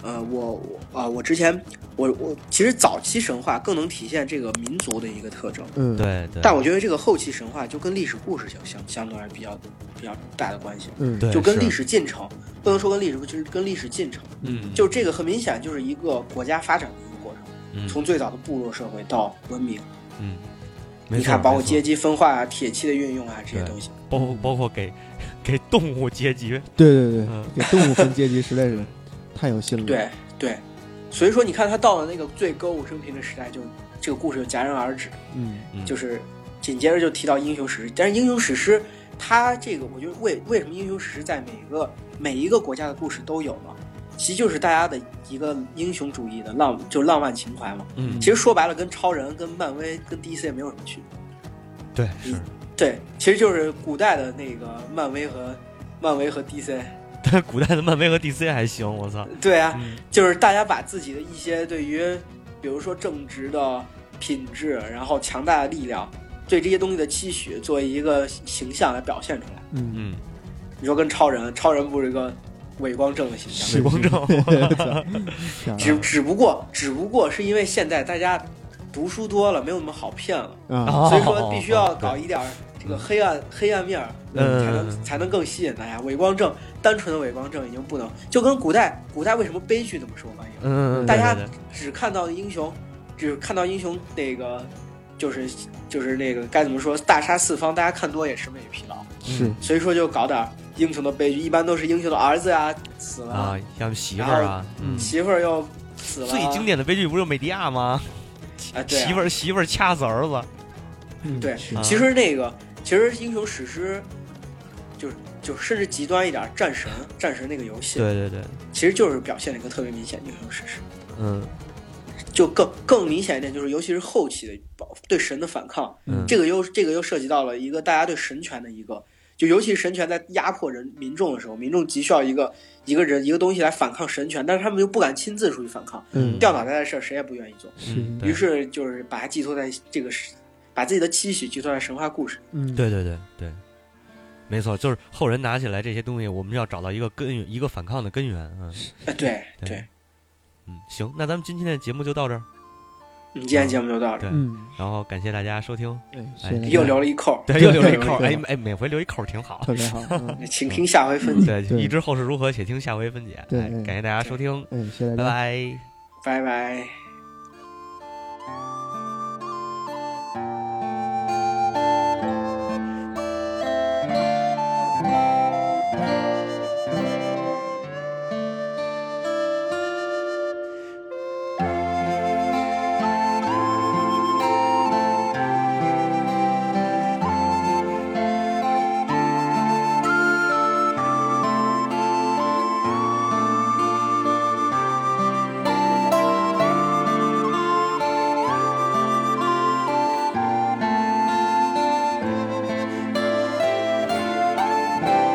Speaker 4: 呃，我我啊、呃，我之前我我其实早期神话更能体现这个民族的一个特征，
Speaker 2: 嗯，
Speaker 3: 对对。
Speaker 4: 但我觉得这个后期神话就跟历史故事相相相对来比较比较大的关系，
Speaker 2: 嗯，
Speaker 3: 对，
Speaker 4: 就跟历史进程不能说跟历史，就是跟历史进程，
Speaker 3: 嗯，
Speaker 4: 就这个很明显就是一个国家发展的一个过程，
Speaker 3: 嗯，
Speaker 4: 从最早的部落社会到文明，
Speaker 3: 嗯，
Speaker 4: 你看包括阶级分化啊、铁器的运用啊这些东西，
Speaker 3: 包括包括给给动物阶级，
Speaker 2: 对对对，
Speaker 3: 嗯、
Speaker 2: 给动物分阶级实在是太有心了，
Speaker 4: 对对。所以说，你看他到了那个最歌舞升平的时代，就这个故事就戛然而止。
Speaker 2: 嗯，
Speaker 4: 就是紧接着就提到英雄史诗，但是英雄史诗它这个，我觉得为为什么英雄史诗在每个每一个国家的故事都有呢？其实就是大家的一个英雄主义的浪，就浪漫情怀嘛。
Speaker 3: 嗯，
Speaker 4: 其实说白了，跟超人、跟漫威、跟 D C 没有什么区
Speaker 3: 对，
Speaker 4: 别。
Speaker 3: 是，
Speaker 4: 对，其实就是古代的那个漫威和漫威和 D C。
Speaker 3: 但古代的漫威和 D C 还行，我操。
Speaker 4: 对啊、
Speaker 3: 嗯，
Speaker 4: 就是大家把自己的一些对于，比如说正直的品质，然后强大的力量，对这些东西的期许，作为一个形象来表现出来。
Speaker 2: 嗯
Speaker 3: 嗯，
Speaker 4: 你说跟超人，超人不是一个伪光正的形象？
Speaker 3: 伪光正。
Speaker 4: 只只不过只不过是因为现在大家读书多了，没有那么好骗了，
Speaker 2: 啊、
Speaker 4: 所以说必须要搞一点这个黑暗、嗯、黑暗面，
Speaker 3: 嗯，
Speaker 4: 才能才能更吸引大家。伪光正，单纯的伪光正已经不能，就跟古代古代为什么悲剧这么受欢迎？
Speaker 3: 嗯，
Speaker 4: 大家只看到英雄，只看到英雄那个，就是就是那个该怎么说，大杀四方，大家看多也审美疲劳。
Speaker 2: 是，
Speaker 4: 所以说就搞点英雄的悲剧，一般都是英雄的儿子呀死了
Speaker 3: 啊，像媳妇儿啊，
Speaker 4: 嗯，媳妇儿又死了。
Speaker 3: 最经典的悲剧不是美迪亚吗？
Speaker 4: 啊，对啊，
Speaker 3: 媳妇儿媳妇儿掐死儿子。
Speaker 2: 嗯，
Speaker 4: 对，
Speaker 2: 啊、
Speaker 4: 其实那个其实英雄史诗，就是就甚至极端一点，战神战神那个游戏，
Speaker 3: 对对对，
Speaker 4: 其实就是表现了一个特别明显的英雄史诗。
Speaker 3: 嗯，
Speaker 4: 就更更明显一点，就是尤其是后期的对神的反抗，
Speaker 3: 嗯，
Speaker 4: 这个又这个又涉及到了一个大家对神权的一个，就尤其是神权在压迫人民众的时候，民众急需要一个一个人一个东西来反抗神权，但是他们又不敢亲自出去反抗，
Speaker 2: 嗯，
Speaker 4: 掉脑袋的事儿谁也不愿意做，
Speaker 2: 是，
Speaker 4: 于是就是把它寄托在这个，把自己的期许寄托在神话故事。
Speaker 2: 嗯，
Speaker 3: 对对对对，没错，就是后人拿起来这些东西，我们要找到一个根源，一个反抗的根源啊。
Speaker 4: 哎，对对，
Speaker 3: 对，嗯，行，那咱们今天的节目就到这儿。
Speaker 4: 嗯，今天节目就到这儿。
Speaker 2: 嗯，
Speaker 3: 然后感谢大家收听。
Speaker 2: 哎，
Speaker 4: 又留了一扣，
Speaker 3: 对，又留了一扣。哎哎，每回留一扣挺好，
Speaker 2: 特别好。嗯、
Speaker 4: 请听下回分解。
Speaker 3: 对，预知后事如何，且听下回分解。
Speaker 2: 对，
Speaker 3: 哎、感谢大家收听。
Speaker 2: 嗯，谢谢大
Speaker 3: 家，拜
Speaker 2: 拜，
Speaker 4: 拜拜。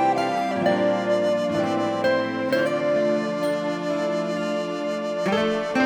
Speaker 2: 拜。